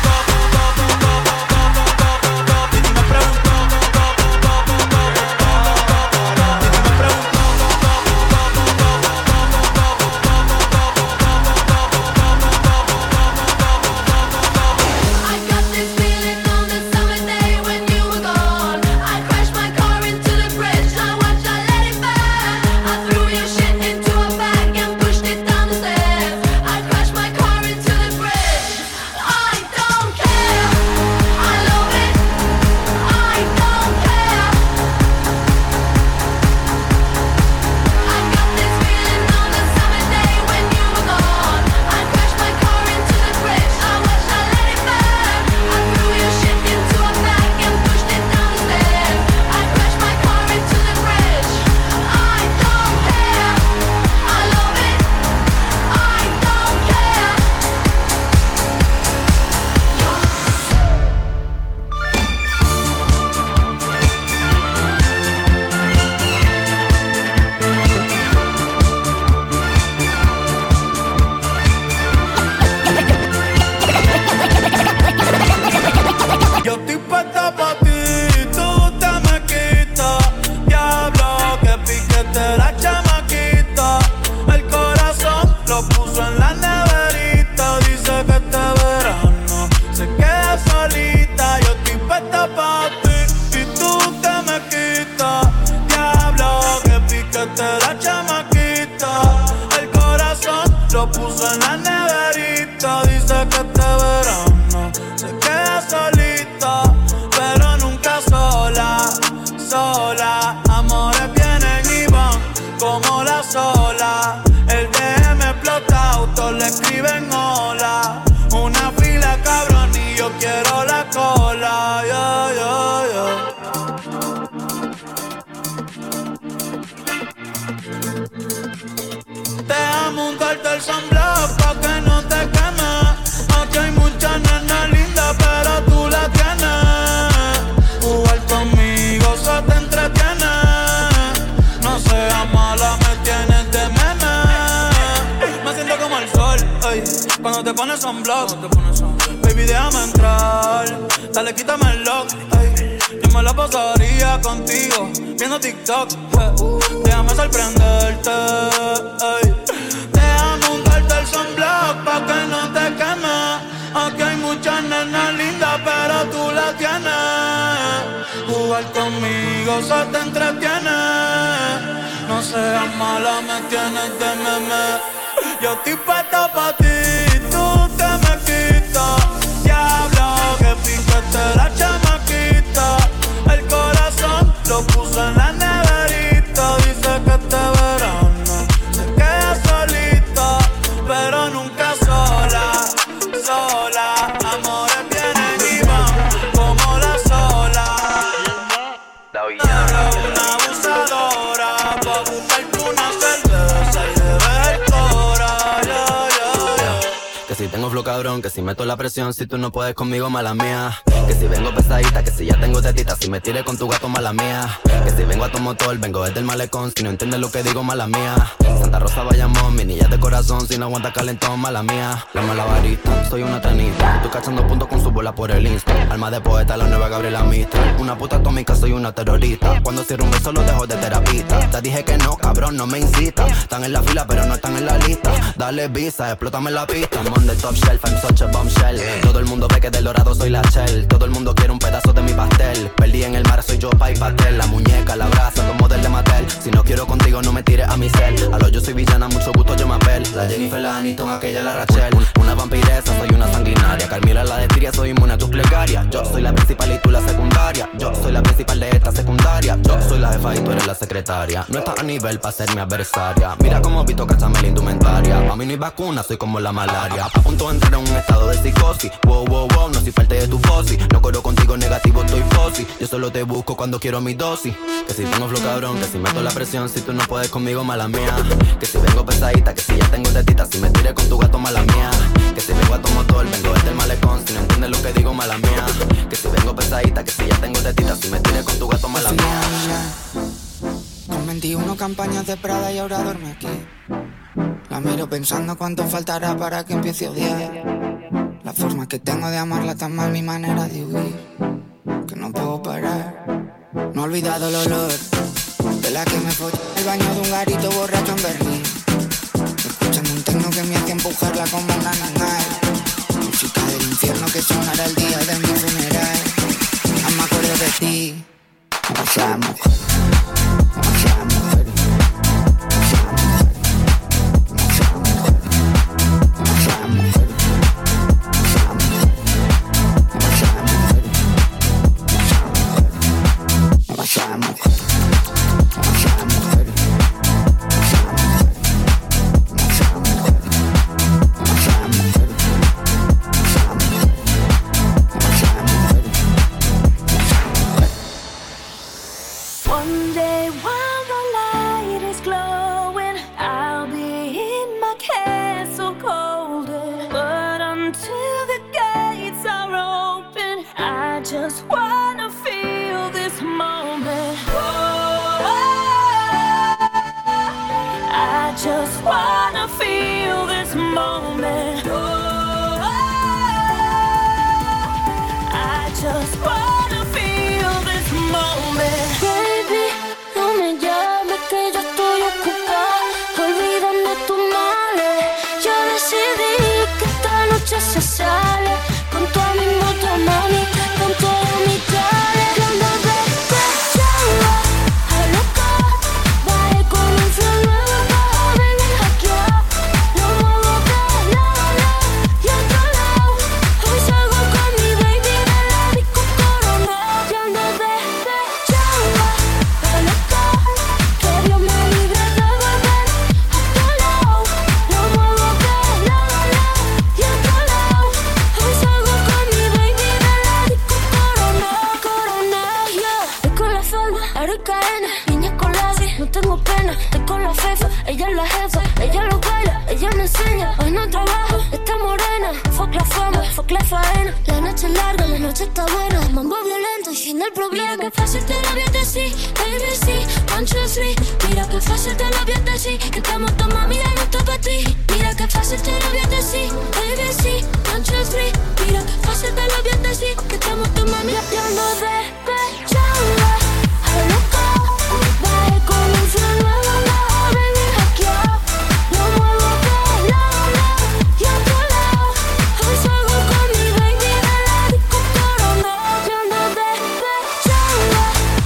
Cuando te pones sunblock, baby, déjame entrar. Dale, quítame el lock, ey. Yo me la pasaría contigo viendo TikTok, eh. Déjame sorprenderte, ey. Déjame untarte el sunblock. hablar conmigo se te entretiene. No seas mala, me tienes de meme. Yo estoy puesta pa' ti, tú te me quitas. Diablo, que picaste la chamaquita. El corazón lo puso en la neverita. Dice que este verano se queda solita, pero nunca sola, sola. Amores vienen y van como las olas. Una abusadora pa' buscarte una cerveza y de ver cora, yeah, yeah, yeah. Que si tengo flow cabrón, que si meto la presión, si tú no puedes conmigo, mala mía. Que si vengo pesadita, que si ya tengo tetita, si me tires con tu gato, mala mía. Que si vengo a tu motor, vengo desde el malecón, si no entiendes lo que digo, mala mía. Santa Rosa, Bayamón, mi niña de corazón, si no aguanta calentón, mala mía. La malabarista, soy una tenista, estoy cachando puntos con su bola por el Insta. Alma de poeta, la nueva Gabriela Mistral. Una puta atómica, soy una terrorista. Cuando cierro un beso lo dejo de terapista. Te dije que no, cabrón, no me incita. Están en la fila, pero no están en la lista. Dale visa, explótame la pista. I'm on the top shelf, I'm such a bombshell. Todo el mundo ve que del dorado soy la shell. Todo el mundo quiere un pedazo de mi pastel. Perdí en el mar, soy yo, pa' y pastel. La muñeca, la brasa, como del de Mattel. Si no quiero contigo, no me tires a mi cel. A lo yo soy villana, mucho gusto, yo me apel. La Jennifer, la Aniston, aquella, la Rachel. Una vampiresa, soy una sanguinaria. Carmila, la de Tiria, soy inmune a tus plegarias. Yo soy la principal y tú la secundaria. Yo soy la principal de esta secundaria. Yo soy la jefa y tú eres la secretaria. No estás a nivel pa' ser mi adversaria. Mira cómo Vito, cachame la indumentaria. Pa' mí no hay vacuna, soy como la malaria. A punto de entrar en un estado de psicosis. Wow, wow, wow, no soy parte de tu fosi. No corro contigo negativo, estoy fosi. Yo solo te busco cuando quiero mi dosis. Que si tengo flow cabrón, que si meto la presión, si tú no puedes conmigo, mala mía. Que si vengo pesadita, que si ya tengo tetita, si me tires con tu gato, mala mía. Que si vengo a tu motor, vengo desde el malecón, si no entiendes lo que digo, mala mía. Que si vengo pesadita, que si ya tengo tetita, si me tires con tu gato, mala mía. Con veintiuno campañas de Prada y ahora duerme aquí. La miro pensando cuánto faltará para que empiece a odiar. La forma que tengo de amarla tan mal, mi manera de huir, que no puedo parar. No he olvidado el olor de la que me follé en el baño de un garito borracho en Berlín. Escuchando un techno que me hacía empujarla como una nanay. Música del infierno que sonará el día de mi funeral. Aún me acuerdo de ti, demasiada mujer, demasiada mujer, demasiada mujer, demasiada mujer, demasiada mujer, demasiada mujer, demasiada mujer, demasiada mujer, demasiada mujer, demasiada mujer, demasiada mujer, demasiada mujer, demasiada mujer, demasiada mujer, demasiada mujer, demasiada mujer. One day while the light is glowing, I'll be in my castle golden. But until the gates are open, I just wanna feel this moment. Oh, I just wanna feel this moment. Oh, I just wanna feel this moment. Baby, no me llames que yo estoy ocupada, olvidando tus males. Yo decidí que esta noche se sale, con toda mi moto, mami, con todo mi jale. Yo ando despechada, a loca, bajé con un flow nuevo para venir aquí. Lo muevo de lado a lado y otro lado. Hoy salgo con mi baby de la disco Corona. Yo ando despechada, a loca, que Dios me libre de volver a tu lado. Lo muevo de lado a lado y otro lado. Hoy salgo con mi baby de la disco Corona. Corona, yeah. Estoy con la falda, aro y cadena, niña con labios, no tengo pena. Estoy con la fefa, ella es la jefa, ella lo baila, ella me enseña. Hoy no trabajo, está morena. Fuck la fama, fuck la faena. La noche es larga, la noche está buena. Mambo violento y fin del problema. Mira que fácil te lo voy a decir, baby, sí, one, two, three. Mira que fácil te lo voy a decir, que estamos todos mami, ya no está pa' ti. Mira que fácil te lo voy a decir, baby, sí, one, two, three. Mira que fácil te lo voy a decir, que estamos todos mami, ya ando despechada, a loca, bajé con un flow nuevo para venir aquí. Lo muevo de lado a lado y otro lado. Hoy salgo con mi baby de la disco Corona. Yo ando despechada,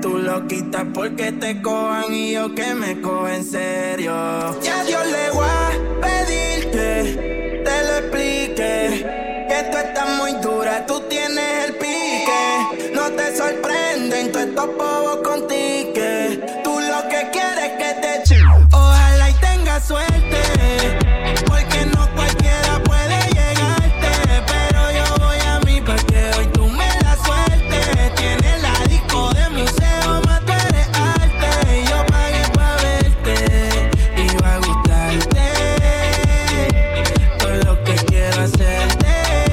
tú lo quitas porque te cojan y yo que me cojo en serio. Ya Dios le voy a pedir que te lo explique, que tú estás muy dura, tú tienes el pique. No te sorprenden todos estos bobos con tique. Tú lo que quieres es que te ch... Ojalá y tengas suerte, porque no cualquiera puede llegarte. Pero yo voy a mí pa' que hoy tú me la suerte. Tienes la disco de museo, más tú eres arte. Y yo pagué pa' verte, y va a gustarte todo lo que quiero hacerte.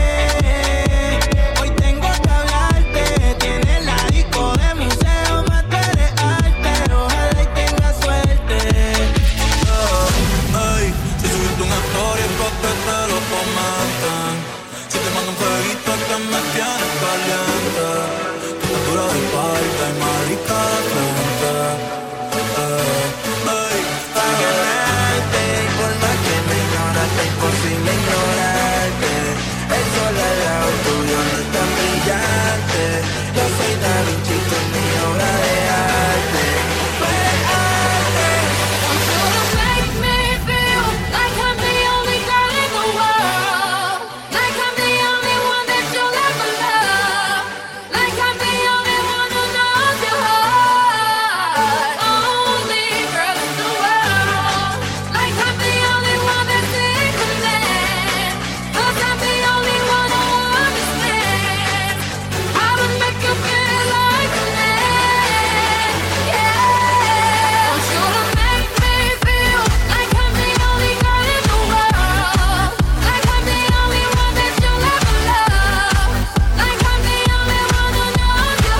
Hoy tengo que hablarte. Tienes la disco de museo, más tú eres arte. Ojalá y tengas suerte. Oh, ay, si subiste una story es porque te lo comentan. Si te mando un jueguito que me tienes caliente. Tu captura de falta y marica de frente. Eh, ay, Pa' ganarte, y por más que me ignoras, es imposible ignorarte. El sol al lado tuyo no es tan brillante. Yo soy Da Vinci, tú es mi obra de arte. Tú eres arte. Make me feel like I'm the only girl in the world. Like I'm the only one that you'll ever love. Like I'm the only one who knows your heart. Only girl in the world. Like I'm the only one that's in command. 'Cause I'm the only one who understands how to make you feel like a man. Yeah. Want you to make me feel like I'm the only girl in the world. Like I'm the only one that you'll ever love. Like I'm the only one who knows your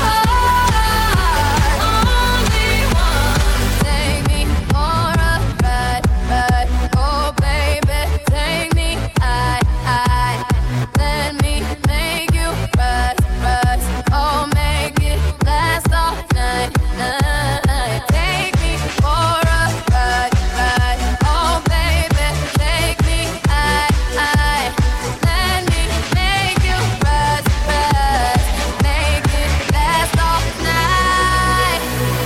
heart. Only one. Take me for a ride, ride. Oh baby, take me high, high. Let me make you rise, rise. Oh, make it last all night, night. Take me for a ride, ride. Oh baby, take me high, high. Let me make you rise, rise. Make it last all night.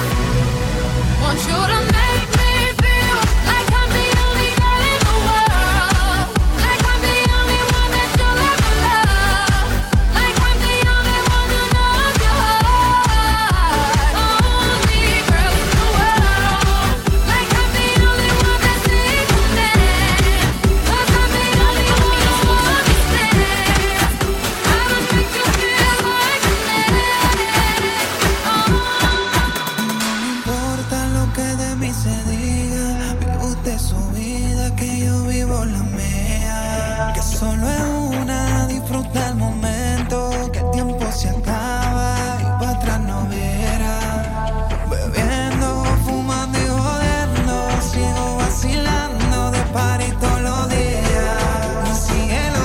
Want you to make me feel like I'm the only girl in the world. Like I'm the only one that you'll ever love. Like I'm the only one who knows your heart. Only girl in the world. Like I'm the only one that's in command. 'Cause I'm the only one who understands how to make you feel like a No importa lo que de mí se diga, vive usted su vida, que yo vivo la mía. Que solo es una, disfruta el momento, que el tiempo se acaba y para atrás no verá. Bebiendo, fumando y jodiendo, sigo vacilando de party todos los días. Y síguelo.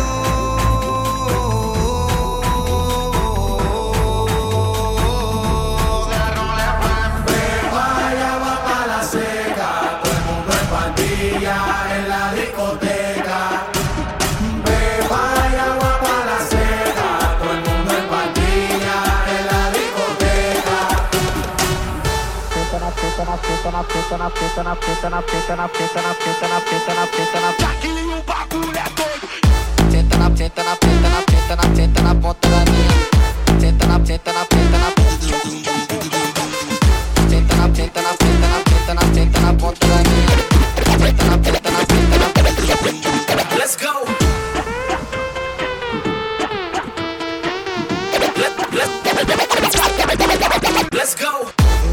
Vaya, va pa' la seca, todo el mundo en pandilla en la discoteca. Vaya, va pa' la seca, todo el mundo en pandilla en la discoteca. Let's go. Let, let, let's go.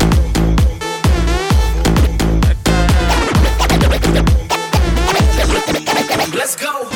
Let's go.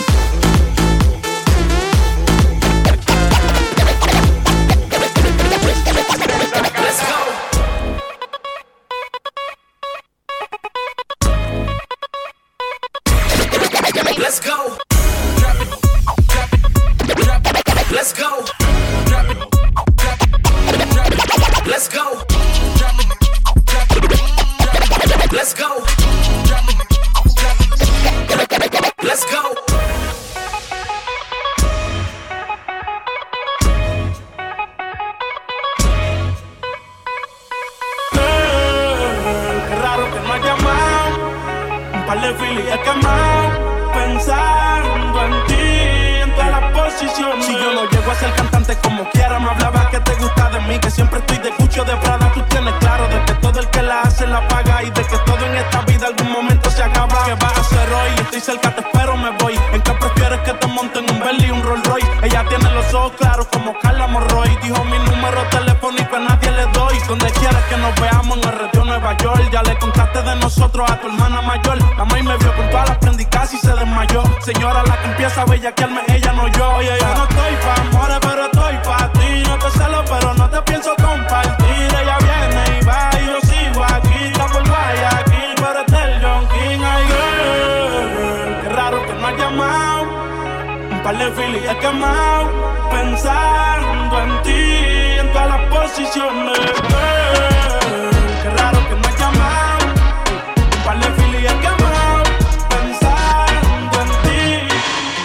de fili he quemado, pensando en ti, en todas las posiciones. Si yo no llego a ser cantante como quiera, me hablaba que te gusta de mí, que siempre estoy de Gucci o de Prada. Tú tienes claro de que todo el que la hace la paga y de que todo en esta vida algún momento se acaba. ¿Qué vas a hacer hoy? Estoy cerca, te espero, me voy. ¿En qué prefieres que te monten un Bentley y un Rolls Royce? Ella tiene los ojos claros como Carla Morroy. Dijo mi número telefónico a nadie le doy. Donde quieras que nos veamos en el retiro Nueva York. Ya le contaste de nosotros a tu hermana mayor. La maíz me vio con todas las prendicas y se desmayó. Señora, la que empieza a bellaquearme, ella no yo. Oye, yo no estoy pa' amores, pero estoy pa' ti. No te celo, pero no te pienso compartir. Ella viene y va y yo sigo aquí. La por Guayaquil, pero este es el John King. Ay, girl, qué raro que no has llamado. Un par de filis he quemado, pensando en ti, en todas las posiciones. Girl, qué raro que no has llamado. Un par de filis he quemado, pensando en ti.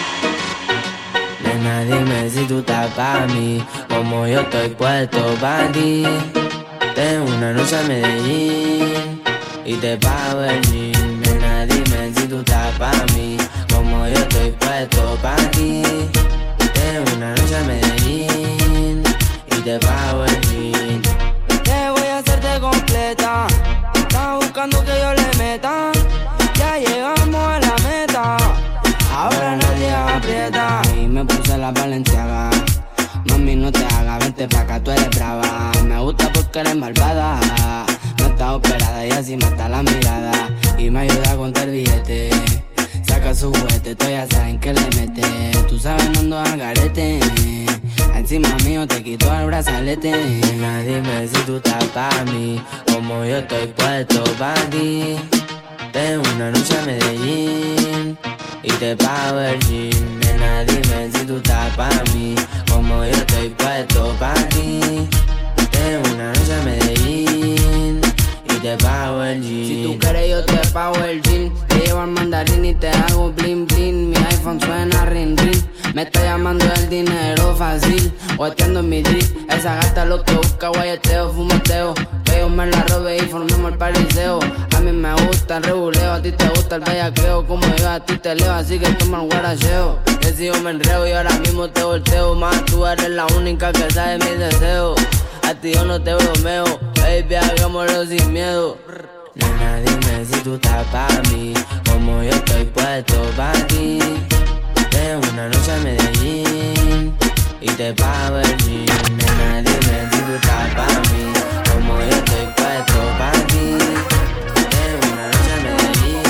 Nena, dime si tú estás pa' mí, como yo estoy puesto pa' ti. Tengo una noche a Medellín y te pago el jean. Nena, dime si tú estás pa' mí, como yo estoy puesto pa' ti. Tengo una noche a Medellín y te pago el jean. Te voy a hacerte completa. Estás buscando que yo le meta. Ya llegamos a la meta. Ahora nadie aprieta. Y me puse la Balenciaga. Mami, no te hagas, vente pa' acá, tú eres brava. Me gusta porque eres malvada. No está operada y así mata la mirada. Y me ayuda a contar billetes. Saca su juguete, tú ya saben que le mete. Tú sabes, no ando al garete. Encima mío te quito el brazalete. Nena, dime si tú estás pa' mí, como yo estoy puesto pa' ti. Tengo una noche a Medellín y te pago el jean. Nena, dime si tú estás pa' mí, como yo estoy puesto pa' ti. Tengo una noche a Medellín y te pago el jean. Si tú quieres yo te pago el jean. Te llevo al mandarín y te hago bling bling. Mi iPhone suena ring ring. Me está llamando el dinero fácil, guateando en mi drip. Esa gata lo que busca, guayeteo, fumeteo. Que yo me la robe y formemos el pariseo. A mí me gusta el reguleo, a ti te gusta el bellaqueo. Como yo a ti te leo, así que toma el guaracheo. Que si yo me enreo y ahora mismo te volteo. Más tú eres la única que sabe mis deseos. A ti yo no te bromeo, baby, hagámoslo sin miedo. Nena, dime si tú estás pa' mí, como yo estoy puesto pa' ti. Tengo una noche a Medellín y te pago el jean. Nena, dime si tú estás pa' mí, como yo estoy puesto pa' ti. Tengo una noche a Medellín.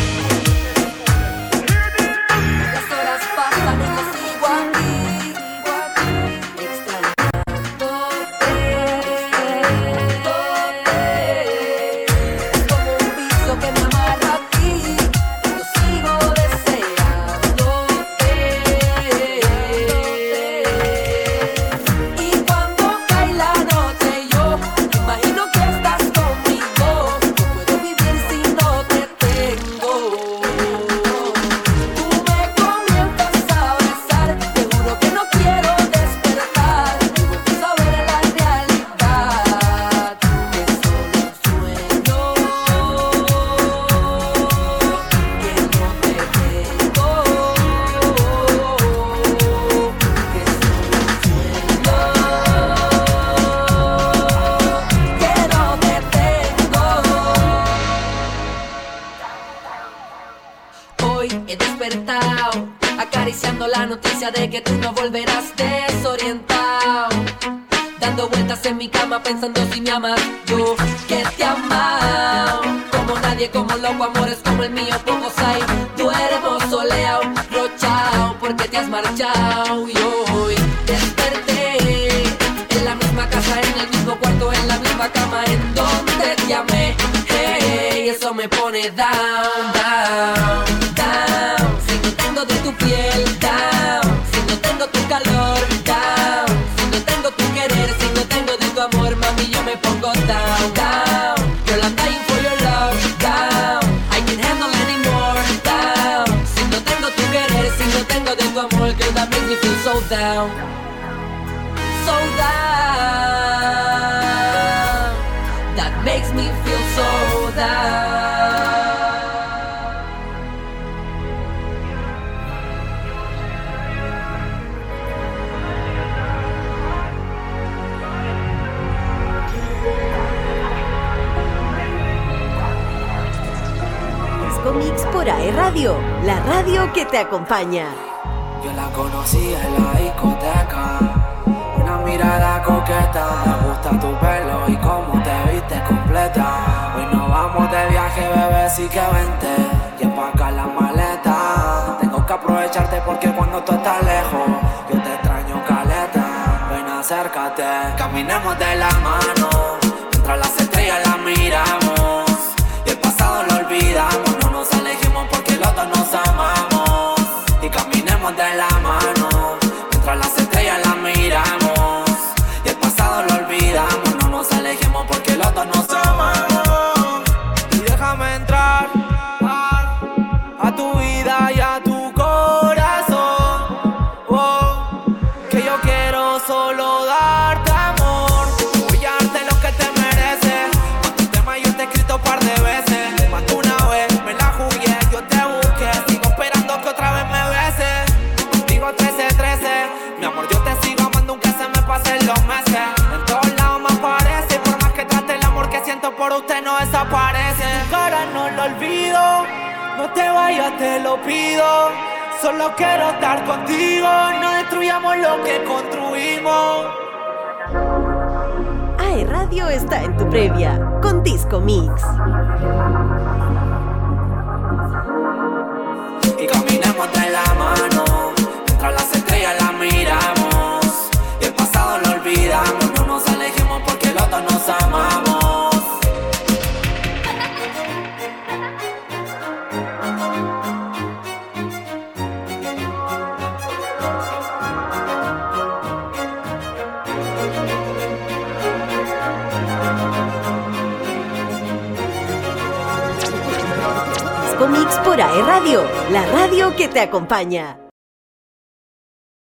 Las horas pasan y yo sigo aquí, es como un piso que me amarra a ti. Yo sigo deseándote. Y cuando cae la noche yo imagino que estás conmigo. No puedo vivir si no te tengo. Tú me comienzas a besar, te juro que no quiero despertar. Luego empiezo a ver la realidad, que es solo un sueño, que no te tengo, que es solo un sueño, que no te tengo. Hoy he despertado acariciando la noticia de que tú no volverás desorientado, dando vueltas en mi cama pensando si me amas. Yo que te amo como nadie, como loco, amores como el mío pocos hay. Duermo soleado, rochao, porque te has marchado. Y hoy desperté en la misma casa, en el mismo cuarto, en la misma cama en donde te amé. Hey, eso me pone down, down, down. Si no tengo de tu piel, down. Si no tengo tu calor, down. Si no tengo tu querer, si no tengo de tu amor, mami, yo me pongo down, down. Girl, I'm dying for your love, down. I can't handle anymore, down. Si no tengo tu querer, si no tengo de tu amor, girl, that makes me feel so down, so down. That makes me feel so down. Mix por A E Radio, la radio que te acompaña. Yo la conocí en la discoteca, una mirada coqueta. Me gusta tu pelo y cómo te viste completa. Hoy nos vamos de viaje, bebé, así que vente y empaca la maleta. Tengo que aprovecharte porque cuando tú estás lejos yo te extraño caleta. Ven, acércate, caminemos de la mano, mientras las estrellas las miramos y el pasado lo olvidamos. No nos alejemos porque los dos nos amamos y caminemos de la mano, mientras las estrellas las miramos y el pasado lo olvidamos. No nos alejemos porque los dos nos amamos. Y déjame entrar a, a tu vida y a tu corazón, oh, que yo quiero solo darte amor. Voy a darte lo que te mereces. Con tu tema yo te he escrito un par de veces. Más de una vez me la jugué, yo te busqué. Sigo esperando que otra vez me beses. Digo trece trece, mi amor, yo te sigo amando aunque se me pasen los meses. En todos lados me aparece y por más que trate el amor que siento por usted no desaparece. Tu cara no lo olvido, no te vayas, te lo pido. Solo quiero estar contigo, no destruyamos lo que construimos. A E Radio está en tu previa con Disco Mix. Y caminemos de la mano, mientras las estrellas las miramos y el pasado lo olvidamos. No nos alejemos porque los dos nos amamos. Disco Mix por A E Radio, la radio que te acompaña.